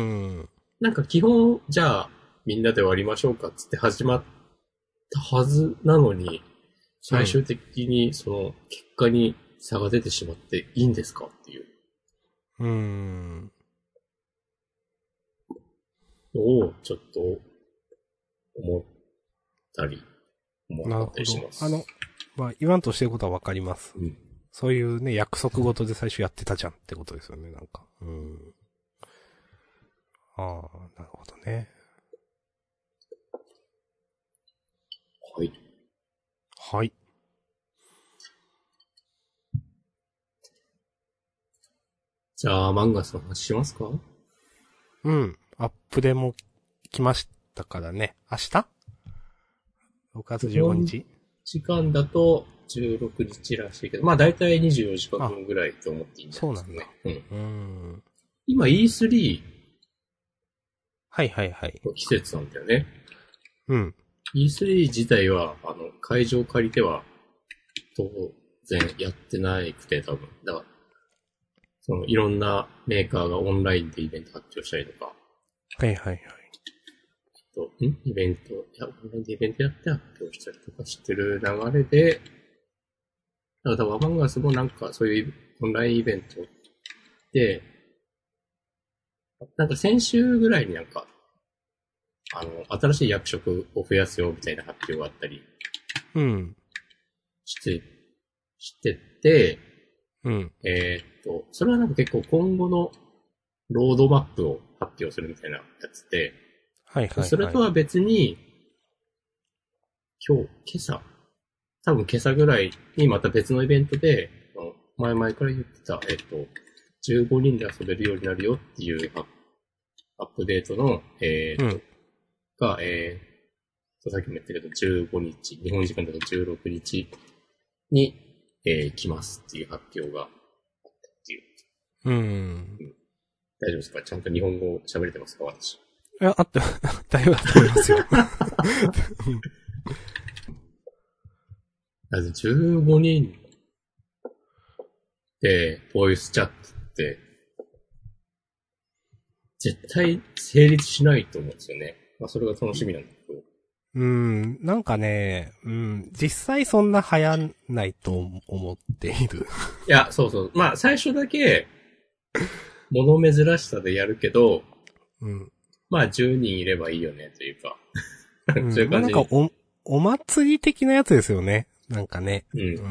Speaker 2: なんか基本、じゃあ、みんなで割りましょうかっつって始まったはずなのに、
Speaker 1: うん。
Speaker 2: 最終的にその結果に差が出てしまっていいんですかっていう
Speaker 1: うーん。
Speaker 2: のをちょっと思ったり、思わなかったりし
Speaker 1: なるほど。あの、
Speaker 2: ます。
Speaker 1: まあ、言わんとしてることはわかります。
Speaker 2: うん。
Speaker 1: そういうね、約束事で最初やってたじゃんってことですよね、なんか。うん。ああ、なるほどね。
Speaker 2: はい。
Speaker 1: はい。
Speaker 2: じゃあ、マンガスの話しますか？
Speaker 1: うん。アップデも来ましたからね。明日 ?ろくがつじゅうごにち？
Speaker 2: 時間だとじゅうろくにちらしいけど、まあ大体にじゅうよじかんぐらいと思っていいんじゃないですかね。そうなんだ。うん。うん。今 イースリー
Speaker 1: はいはいはい。
Speaker 2: の季節なんだよね。
Speaker 1: うん。
Speaker 2: イースリー 自体は、あの、会場借りては、当然やってないくて多分。だから、そのいろんなメーカーがオンラインでイベント発表したりとか。
Speaker 1: はいはいはい。
Speaker 2: とんイベント、いや、オンラインでイベントやって発表したりとかしてる流れで、だから多分アマンガスもなんかそういうオンラインイベントで、なんか先週ぐらいになんか、あの、新しい役職を増やすよみたいな発表があったり、
Speaker 1: うん。
Speaker 2: して、してて、
Speaker 1: うん。
Speaker 2: えーっと、それはなんか結構今後のロードマップを発表するみたいなやつで、
Speaker 1: はいはいはい。
Speaker 2: それとは別に、今日、今朝、多分今朝ぐらいにまた別のイベントで、前々から言ってた、えっと、じゅうごにんで遊べるようになるよっていうアップデートの、えー、っと、うん、が、えー、さっきも言ったけど、じゅうごにち、日本時間だとじゅうろくにちに、えー、来ますっていう発表があったっていう。
Speaker 1: うん。うん、
Speaker 2: 大丈夫ですか？ちゃんと日本語喋れてますか？私。
Speaker 1: いや、あって、大丈夫だと思いますよ。
Speaker 2: だってじゅうごにんで、ボイスチャットって、絶対成立しないと思うんですよね。まあ、それが楽しみなんだけど。
Speaker 1: うん、なんかね、うん、実際そんな流行んないと思っている。
Speaker 2: いや、そうそう。まあ、最初だけ、物珍しさでやるけど、
Speaker 1: うん。
Speaker 2: まあ、じゅうにんいればいいよね、というか。
Speaker 1: うん、
Speaker 2: そういう感じ。
Speaker 1: まあ、なんかお、お祭り的なやつですよね。なんかね。
Speaker 2: うん。
Speaker 1: うん。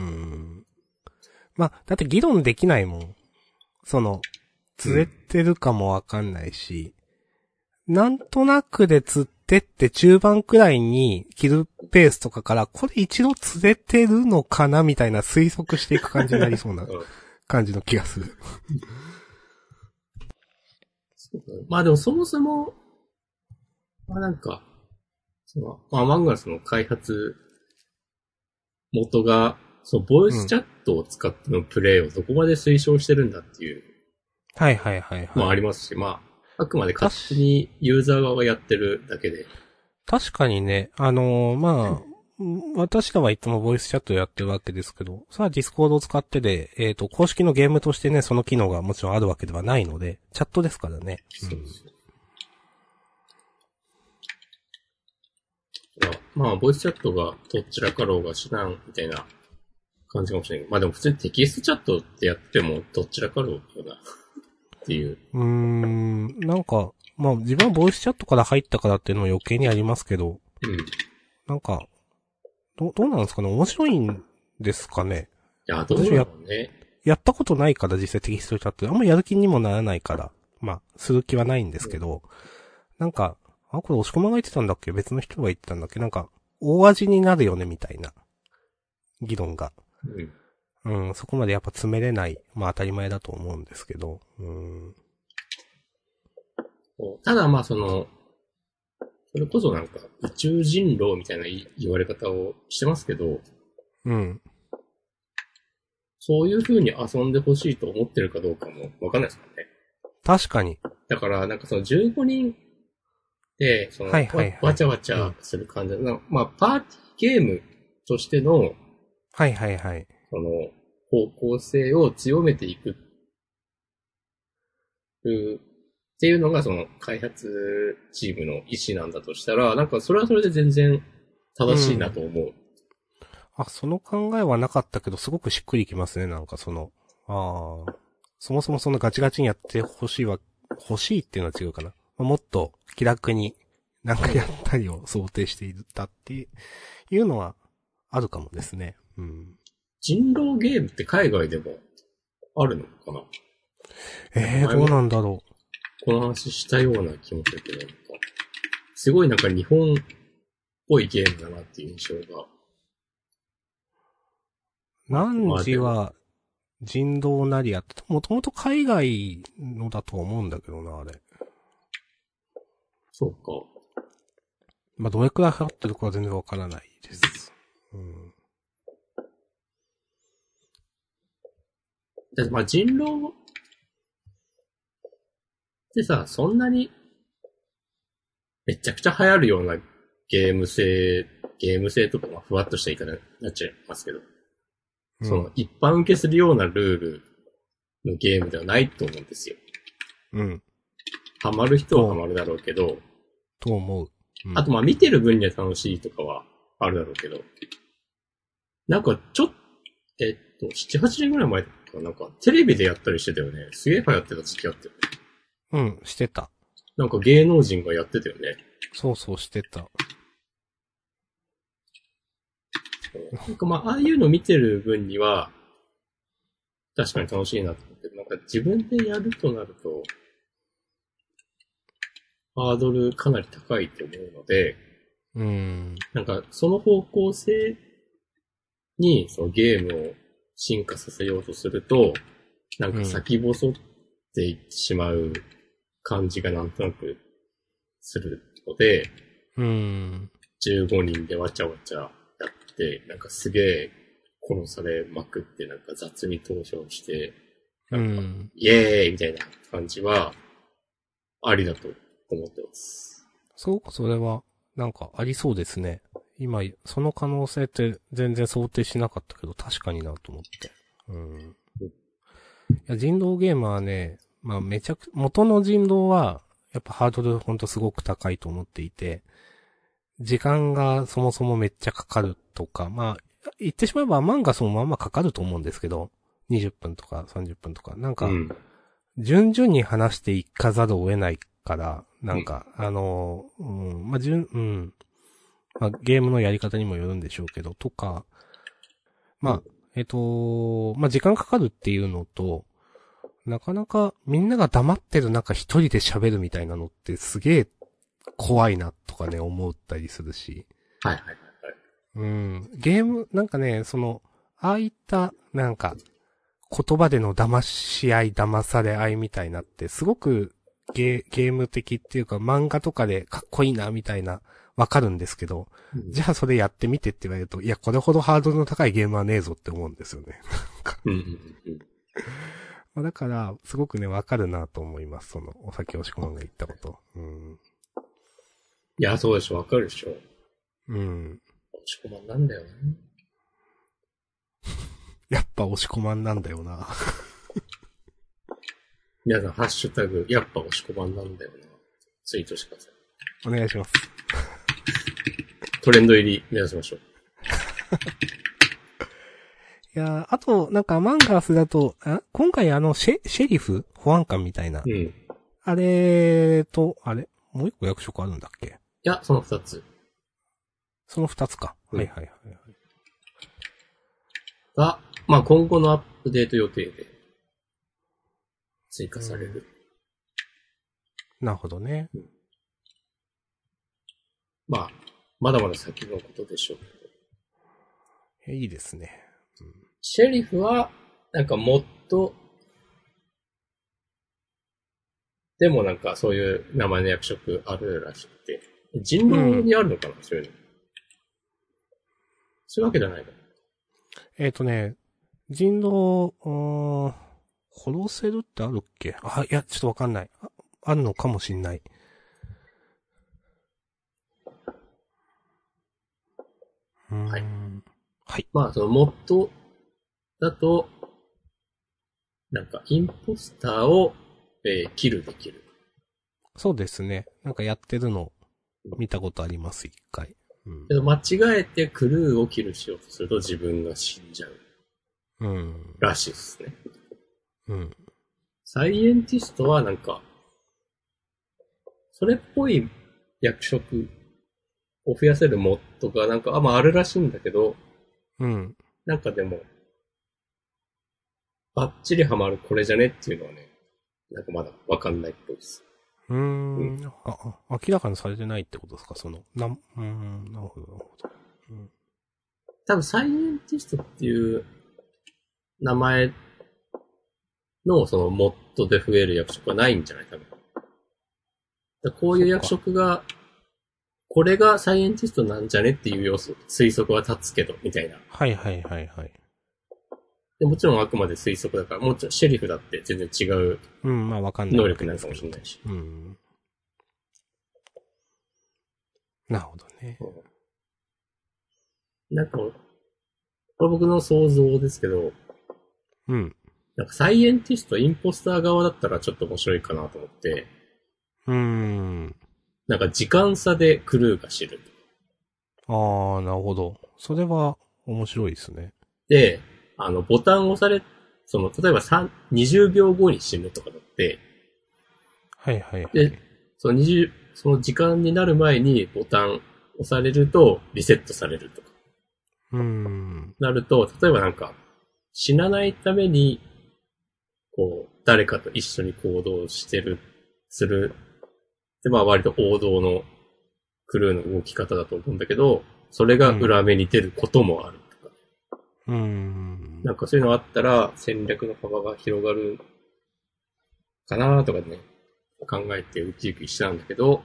Speaker 1: まあ、だって議論できないもん。その、釣れてるかもわかんないし、うん、なんとなくで釣ってって中盤くらいにキルペースとかから、これ一度釣れてるのかなみたいな推測していく感じになりそうな感じの気がする。
Speaker 2: まあでもそもそも、まあなんか、その、まあマンガスの開発元が、そのボイスチャットを使ってのプレイをどこまで推奨してるんだっていう。
Speaker 1: はいはいはいはい。
Speaker 2: まあありますし、まあ、あくまで勝手にユーザー側がやってるだけで。
Speaker 1: 確かにね、あのー、まあ、私らはいつもボイスチャットやってるわけですけど、さあディスコードを使ってで、えっと、公式のゲームとしてね、その機能がもちろんあるわけではないので、チャットですからね。
Speaker 2: そうそう。うん、まあ、ボイスチャットがどちらかろうが手段みたいな感じかもしれないけど、まあでも普通にテキストチャットってやってもどちらかろうよなっていう。
Speaker 1: うーん、なんか、まあ自分はボイスチャットから入ったからっていうのも余計にありますけど、
Speaker 2: うん。
Speaker 1: なんか、ど、どうなんですかね？面白いんですかね？
Speaker 2: いや、どうだろうね。
Speaker 1: やったことないから実際テキストチャットであんまやる気にもならないから、まあ、する気はないんですけど、うん、なんか、あ、これ押し込まが言ってたんだっけ？別の人が言ってたんだっけ？なんか、大味になるよねみたいな、議論が。うん。うん、そこまでやっぱ詰めれない。まあ当たり前だと思うんですけど。うん。
Speaker 2: ただまあその、それこそなんか宇宙人狼みたいな言われ方をしてますけど、
Speaker 1: うん。
Speaker 2: そういう風に遊んでほしいと思ってるかどうかもわかんないですからね。
Speaker 1: 確かに。
Speaker 2: だからなんかそのじゅうごにんで、その、はいはいはい、わちゃわちゃする感じで、うん、まあパーティーゲームとしての、
Speaker 1: はいはいはい。
Speaker 2: その、方向性を強めていくっていうのがその開発チームの意思なんだとしたら、なんかそれはそれで全然正しいなと思う。うん、
Speaker 1: あ、その考えはなかったけど、すごくしっくりきますね、なんかその、ああ、そもそもそんなガチガチにやってほしいは、欲しいっていうのは違うかな。もっと気楽になんかやったりを想定していたっていうのはあるかもですね。うん。
Speaker 2: 人狼ゲームって海外でもあるのかな？
Speaker 1: ええー、どうなんだろう。
Speaker 2: この話したような気もするけど、なんか、すごいなんか日本っぽいゲームだなっていう印象が。
Speaker 1: 何時は人道なりやって、もともと海外のだと思うんだけどな、あれ。
Speaker 2: そうか。
Speaker 1: まあ、どれくらい流行ってるかは全然わからないです。うん。
Speaker 2: でまあ、人狼ってさ、そんなにめちゃくちゃ流行るようなゲーム性、ゲーム性とか、まあ、ふわっとした言い方になっちゃいますけど、うん、その一般受けするようなルールのゲームではないと思うんですよ。
Speaker 1: うん。
Speaker 2: ハマる人はハマるだろうけど、
Speaker 1: と思う。
Speaker 2: うん、あとまあ見てる分には楽しいとかはあるだろうけど、なんかちょっと、えっと、なな、はちねんぐらい前とかなんかテレビでやったりしてたよね。すげえ流行ってた時期あったよ
Speaker 1: ね。うん、してた。
Speaker 2: なんか芸能人がやってたよね。
Speaker 1: そうそうしてた。
Speaker 2: なんかまあ、ああいうの見てる分には、確かに楽しいなと思って、なんか自分でやるとなると、ハードルかなり高いと思うので、
Speaker 1: うん。
Speaker 2: なんかその方向性にそのゲームを進化させようとすると、なんか先細っていってしまう感じがなんとなくするので、
Speaker 1: うん。
Speaker 2: じゅうごにんでわちゃわちゃやって、なんかすげえ殺されまくって、なんか雑に登場して、なんか、イエーイみたいな感じは、ありだと思ってます。
Speaker 1: そうか、それは、なんかありそうですね。今、その可能性って全然想定しなかったけど、確かになと思って。うん。いや、人狼ゲームはね、まあめちゃく、元の人狼は、やっぱハードルほんとすごく高いと思っていて、時間がそもそもめっちゃかかるとか、まあ、言ってしまえばアマンガスもまあまあかかると思うんですけど、にじゅっぷんとかさんじゅっぷんとか、なんか、順々に話していかざるを得ないから、なんか、うん、あの、うん、まあ、順、うん、まあ、ゲームのやり方にもよるんでしょうけど、とか、まあ、うん、えっと、まあ、時間かかるっていうのと、なかなかみんなが黙ってる中一人で喋るみたいなのってすげえ怖いなとかね、思ったりするし。
Speaker 2: はいはいはい。
Speaker 1: うん。ゲーム、なんかね、その、ああいった、なんか、言葉での騙し合い、騙され合いみたいなって、すごくゲー、ゲーム的っていうか漫画とかでかっこいいな、みたいな、わかるんですけど、うん、じゃあそれやってみてって言われると、いや、これほどハードルの高いゲームはねえぞって思うんですよね。まあだから、すごくね、わかるなと思います。その、お酒押し込まんが言ったこと。うん。
Speaker 2: いや、そうでしょ、わかるでしょ。
Speaker 1: うん。
Speaker 2: 押し込まんなんだよね。
Speaker 1: やっぱ押し込まんなんだよな。
Speaker 2: 皆さん、ハッシュタグ、やっぱ押し込まんなんだよな。ツイートしてください。
Speaker 1: お願いします。
Speaker 2: トレンド入り、目指しましょう。
Speaker 1: いやあと、なんかアマンガースだと、あ今回あの、シェ、シェリフ保安官みたいな。
Speaker 2: うん。
Speaker 1: あれと、あれもう一個役職あるんだっけい
Speaker 2: や、その二つ。
Speaker 1: その二つか。
Speaker 2: うん、
Speaker 1: はいはいはい、はい。
Speaker 2: が、まあ今後のアップデート予定で追加される。
Speaker 1: うん、なるほどね、
Speaker 2: うん。まあ、まだまだ先のことでしょうけ
Speaker 1: ど。いいですね。
Speaker 2: うん、シェリフは、なんかもっと、でもなんかそういう名前の役職あるらしくて、人狼にあるのかな、うん、そういうの。そういうわけじゃないかな。
Speaker 1: えっ、ー、とね、人狼、うーん、殺せるってあるっけあ、いや、ちょっとわかんない。あ、あるのかもしんない。
Speaker 2: はい。
Speaker 1: はい。
Speaker 2: まあ、そのモッドだと、なんか、インポスターを、えー、キルできる。
Speaker 1: そうですね。なんかやってるの、見たことあります、一回。
Speaker 2: うん、けど間違えてクルーをキルしようとすると自分が死んじゃう。
Speaker 1: うん。
Speaker 2: らしいですね。
Speaker 1: うん。
Speaker 2: サイエンティストはなんか、それっぽい役職を増やせるモッドがなんか、あ、まああるらしいんだけど、
Speaker 1: うん。
Speaker 2: なんかでも、バッチリハマるこれじゃねっていうのはね、なんかまだわかんないっぽいです。
Speaker 1: うーん。うん、あ、明らかにされてないってことですかその、な、うーん、なるほど、なるほど。うん、
Speaker 2: 多分サイエンティストっていう名前のそのモッドで増える役職はないんじゃない多分。だこういう役職が、これがサイエンティストなんじゃねっていう要素、推測は立つけど、みたいな。
Speaker 1: はいはいはいはい。
Speaker 2: でもちろんあくまで推測だから、もちろんシェリフだって全然違う
Speaker 1: うん、まあわかんない。
Speaker 2: 能力になるかもしれないし。
Speaker 1: うん。なるほどね。
Speaker 2: うん、なんか、これ僕の想像ですけど、
Speaker 1: うん。
Speaker 2: なんかサイエンティスト、インポスター側だったらちょっと面白いかなと思って、
Speaker 1: うーん。
Speaker 2: なんか時間差でクルーが知る。
Speaker 1: ああ、なるほど。それは面白いですね。
Speaker 2: で、あの、ボタンを押され、その、例えばさん、にじゅうびょうごに死ぬとかだって、
Speaker 1: はいはいはい。
Speaker 2: で、そのにじゅう、その時間になる前にボタン押されるとリセットされるとか。
Speaker 1: うーん。
Speaker 2: なると、例えばなんか、死なないために、こう、誰かと一緒に行動してる、する。で、まあ割と王道のクルーの動き方だと思うんだけど、それが裏目に出ることもあるとか。
Speaker 1: うーん。
Speaker 2: なんかそういうのあったら戦略の幅が広がるかなとかね、考えてウキウキしたんだけど、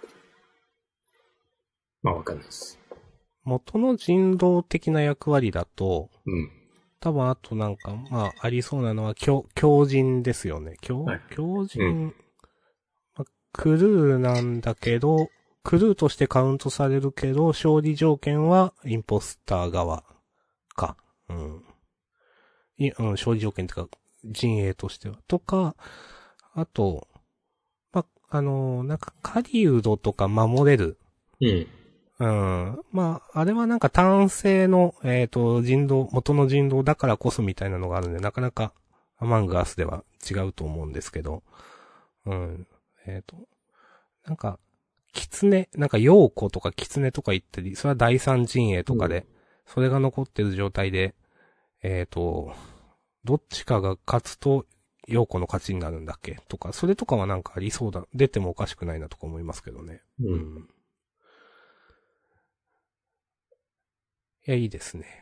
Speaker 2: まあわかんないです。
Speaker 1: 元の人狼的な役割だと、
Speaker 2: うん。
Speaker 1: 多分あとなんか、まあありそうなのは強、強人ですよね。強、
Speaker 2: はい。
Speaker 1: 強人、
Speaker 2: うん。
Speaker 1: まあ、クルーなんだけど、クルーとしてカウントされるけど、勝利条件はインポスター側か。うん。い、うん、勝利条件っていうか、陣営としては。とか、あと、まあ、あのーなんか、狩人とか守れる。
Speaker 2: うん。
Speaker 1: うん。まあ、あれはなんか単性の、えっと、人狼、元の人狼だからこそみたいなのがあるんで、なかなかアマングアスでは違うと思うんですけど。うん。えっと、なんか、狐、なんか陽子とか狐とか言ったり、それは第三陣営とかで、それが残ってる状態で、えっと、どっちかが勝つと、陽子の勝ちになるんだっけとか、それとかはなんかありそうだ。出てもおかしくないなとか思いますけどね。
Speaker 2: うん。
Speaker 1: う
Speaker 2: うん。
Speaker 1: ん。いや、いいですね。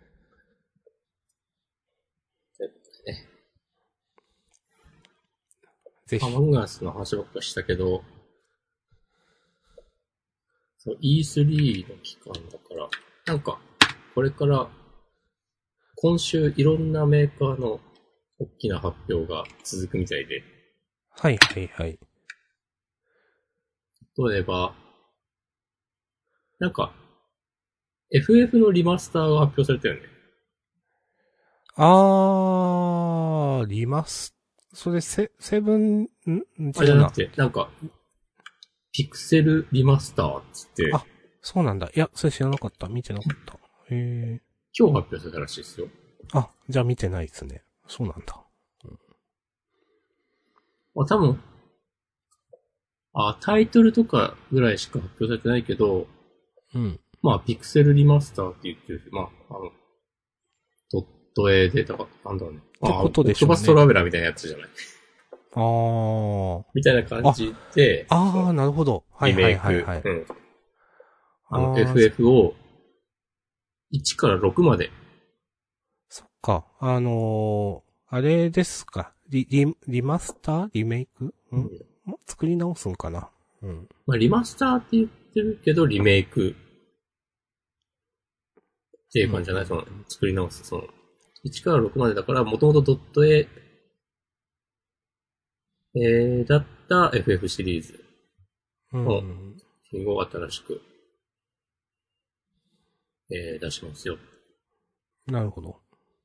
Speaker 2: ということでね。
Speaker 1: ぜひ。
Speaker 2: アマンガースの話ばっかしたけど、そう イースリー の期間だから、なんか、これから今週いろんなメーカーの大きな発表が続くみたいで、
Speaker 1: はいはいはい。
Speaker 2: 例えば、なんか、エフエフ のリマスターが発表されたよね。
Speaker 1: あー、リマス、それセ、セブン、ん違うな。
Speaker 2: あれじゃなくて、なんか、ピクセルリマスターっつって、
Speaker 1: あ、そうなんだ。いや、それ知らなかった。見てなかった。へー。
Speaker 2: 今日発表されたらしいですよ。
Speaker 1: あ、じゃあ見てないですね。そうなんだ。
Speaker 2: あ、多分、あ、タイトルとかぐらいしか発表されてないけど、
Speaker 1: うん。
Speaker 2: まあ、ピクセルリマスターって言ってるし、まあ、あの、ドット A で、だから、なんだろうね。
Speaker 1: ってことでしょうね
Speaker 2: オクトパストラベラーみたいなやつじゃない。
Speaker 1: あー。
Speaker 2: みたいな感じで、
Speaker 1: あー、なるほど。はいはい
Speaker 2: リメイク、
Speaker 1: はいはい。
Speaker 2: うん。あの、
Speaker 1: あー、
Speaker 2: エフエフ をいちからろくまで。
Speaker 1: そっか。あのー、あれですか。リ、リ、リマスターリメイクん、
Speaker 2: うん、
Speaker 1: も作り直すんかな。うん。
Speaker 2: まあ、リマスターって言ってるけど、リメイクっていう感じじゃない、
Speaker 1: うん
Speaker 2: その、作り直す。その、いちからろくまでだから、もともとドット A、えー、だった エフエフ シリーズ
Speaker 1: う
Speaker 2: の
Speaker 1: ん。
Speaker 2: 信号を新しく、えー、出しますよ。
Speaker 1: なるほど。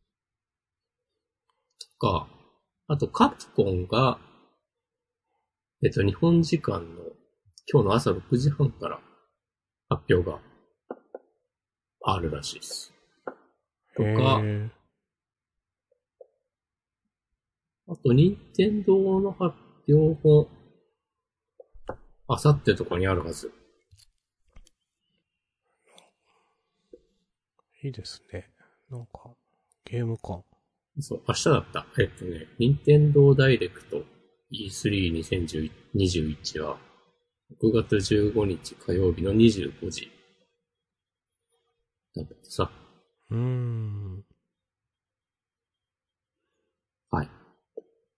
Speaker 2: とか、あと、カプコンが、えっと、日本時間の今日の朝ろくじはんから発表があるらしいです。と
Speaker 1: へ
Speaker 2: か、
Speaker 1: ー。
Speaker 2: あと、任天堂の発表も、あさってとかにあるはず。
Speaker 1: いいですね。なんか、ゲームか。
Speaker 2: そう、明日だった。えっとね、任天堂ダイレクト イースリーにせんにじゅういち は、ろくがつじゅうごにち火曜日のにじゅうごじ。だってさ、
Speaker 1: うーん。
Speaker 2: はい。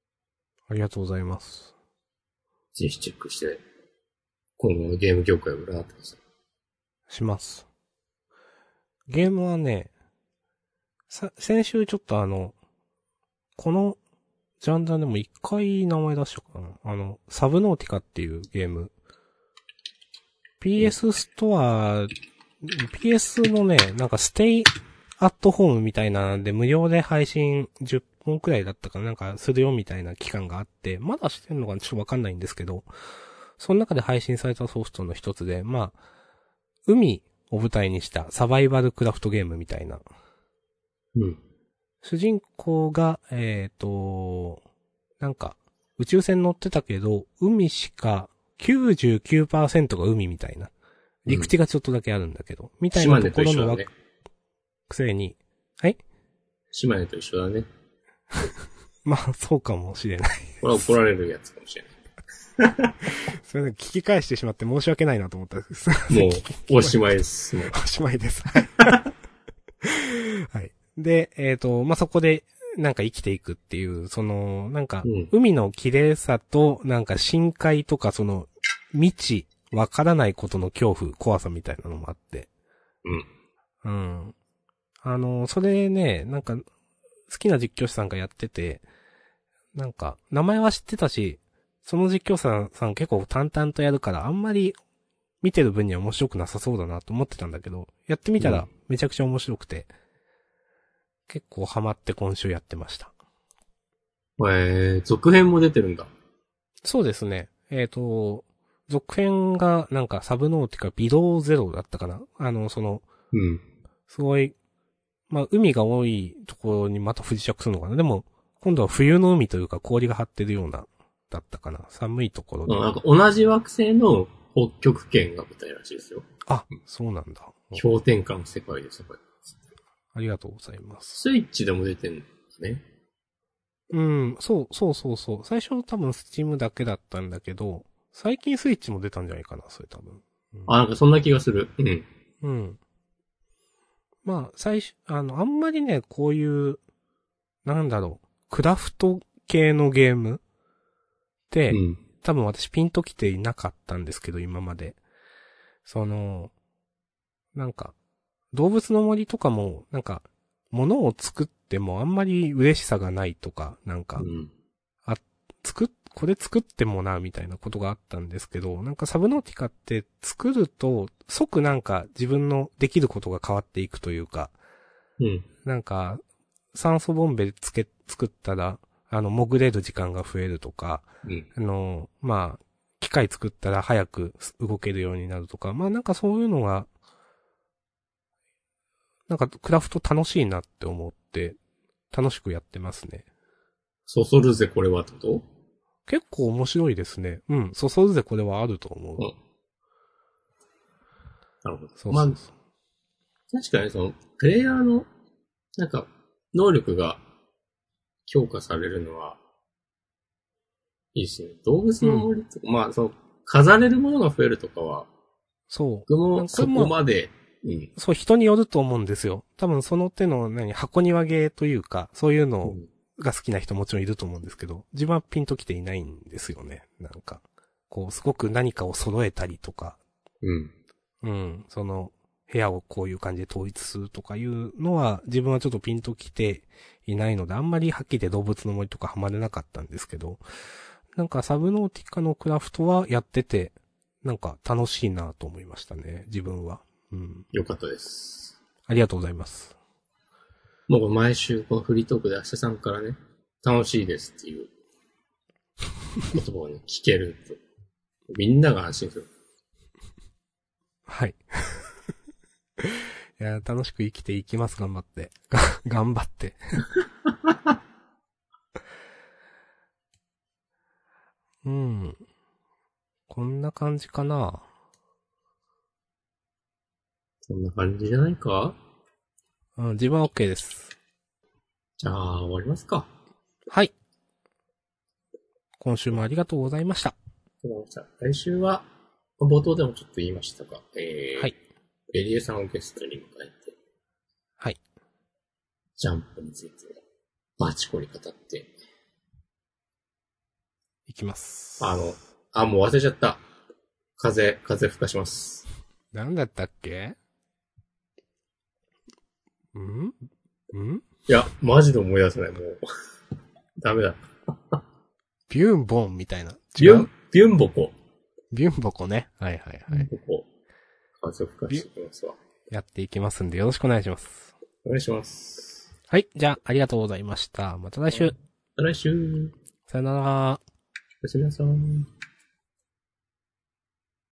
Speaker 1: ありがとうございます。
Speaker 2: ぜひチェックして、今後のゲーム業界を占ってください。
Speaker 1: します。ゲームはね、さ、先週ちょっとあの、このジャンダンでも一回名前出したかな。あの、サブノーティカっていうゲーム。ピーエス ストア、ピーエス のね、なんかステイアットホームみたいなんで無料で配信じゅっぽんくらいだったかな、なんかするよみたいな期間があって、まだしてんのかちょっとわかんないんですけど、その中で配信されたソフトの一つで、まあ、海を舞台にしたサバイバルクラフトゲームみたいな。
Speaker 2: うん。
Speaker 1: 主人公が、えっと、なんか、宇宙船乗ってたけど、海しかきゅうじゅうきゅうパーセントが海みたいな。陸地がちょっとだけあるんだけど、うん、みたいなところの惑星に、はい？
Speaker 2: 島根と一緒だね。
Speaker 1: まあ、そうかもしれない。
Speaker 2: これは怒られるやつかもしれない。
Speaker 1: それで聞き返してしまって申し訳ないなと思ったんです。
Speaker 2: もう、おしまいです。もう
Speaker 1: おしまいです。はい。で、えっと、まあ、そこで、なんか生きていくっていう、その、なんか、海の綺麗さと、なんか深海とか、その、未知、わからないことの恐怖、怖さみたいなのもあって。
Speaker 2: うん。
Speaker 1: うん。あの、それね、なんか、好きな実況者さんがやってて、なんか、名前は知ってたし、その実況者さん結構淡々とやるから、あんまり見てる分には面白くなさそうだなと思ってたんだけど、やってみたらめちゃくちゃ面白くて、うん、結構ハマって今週やってました。
Speaker 2: えー、続編も出てるんだ。
Speaker 1: そうですね。えっと、続編がなんかサブノーティカビローゼロだったかな。あの、その、
Speaker 2: うん。
Speaker 1: すごい、まあ、海が多いところにまた不時着するのかな。でも、今度は冬の海というか氷が張ってるような、だったかな。寒いところで。
Speaker 2: なんか同じ惑星の北極圏が舞台らしいですよ。
Speaker 1: あ、そうなんだ。
Speaker 2: 氷点下の世界です、これ。
Speaker 1: ありがとうございます。
Speaker 2: スイッチでも出てんだね。
Speaker 1: うん、そう、そうそうそう。最初多分スチームだけだったんだけど、最近スイッチも出たんじゃないかな、それ多分。
Speaker 2: うん、あ、なんかそんな気がする。うん。
Speaker 1: うん。まあ、最初、あの、あんまりね、こういう、なんだろう、クラフト系のゲームって、うん、多分私ピンときていなかったんですけど、今まで。その、なんか、動物の森とかも、なんか、物を作ってもあんまり嬉しさがないとか、なんか、うん、あ、作っ、これ作ってもな、みたいなことがあったんですけど、なんかサブノーティカって作ると、即なんか自分のできることが変わっていくというか、
Speaker 2: うん、
Speaker 1: なんか、酸素ボンベつけ、作ったら、あの、潜れる時間が増えるとか、
Speaker 2: うん、
Speaker 1: あの、まあ、機械作ったら早く動けるようになるとか、まあなんかそういうのが、なんかクラフト楽しいなって思って、楽しくやってますね。
Speaker 2: そそるぜこれはってこと？
Speaker 1: 結構面白いですね。うん、そそるぜこれはあると思う。うん、
Speaker 2: なるほど。
Speaker 1: そうそうそう。
Speaker 2: まあ、確かにその、プレイヤーの、なんか、能力が強化されるのは、いいですね。動物の森とか、うん、まあ、その、飾れるものが増えるとかは、
Speaker 1: そう。
Speaker 2: 僕もそこまで、
Speaker 1: うん。そう、人によると思うんですよ。多分その手の何、箱庭ゲーというか、そういうのが好きな人もちろんいると思うんですけど、自分はピンときていないんですよね。なんか、こう、すごく何かを揃えたりとか、
Speaker 2: うん。
Speaker 1: うん、その、部屋をこういう感じで統一するとかいうのは、自分はちょっとピンときていないので、あんまりはっきり言って動物の森とかハマれなかったんですけど、なんかサブノーティカのクラフトはやってて、なんか楽しいなと思いましたね、自分は。うん。
Speaker 2: よかったです。
Speaker 1: ありがとうございます。
Speaker 2: もう毎週このフリートークで明日さんからね、楽しいですっていう言葉をね、聞けると、みんなが安心する。
Speaker 1: はい。いや、楽しく生きていきます、頑張って。頑張って。うん。こんな感じかな。
Speaker 2: そんな感じじゃないか？
Speaker 1: うん、自分は OK です。
Speaker 2: じゃあ、終わりますか。
Speaker 1: はい。今週もありがとうございました。
Speaker 2: ありがとうございました。来週は、冒頭でもちょっと言いましたが、えー、
Speaker 1: はい。
Speaker 2: エリエさんをゲストに迎えて、
Speaker 1: はい。
Speaker 2: ジャンプについて、バチコリ語って
Speaker 1: いきます。
Speaker 2: あの、あ、もう忘れちゃった。風、風吹かします。
Speaker 1: なんだったっけ？んん
Speaker 2: いや、マジで思い出せない、もう。ダメだ。
Speaker 1: ビュンボンみたいな。
Speaker 2: ビュン、ビュンボコ。
Speaker 1: ビュンボコね。はいはいはい。
Speaker 2: ビュンボコ。風吹かしていきますわ。
Speaker 1: やっていきますんでよろしくお願いします。
Speaker 2: お願いします。
Speaker 1: はい。じゃあ、ありがとうございました。また来週。ま
Speaker 2: た来週。
Speaker 1: さよなら。
Speaker 2: おやすみなさい。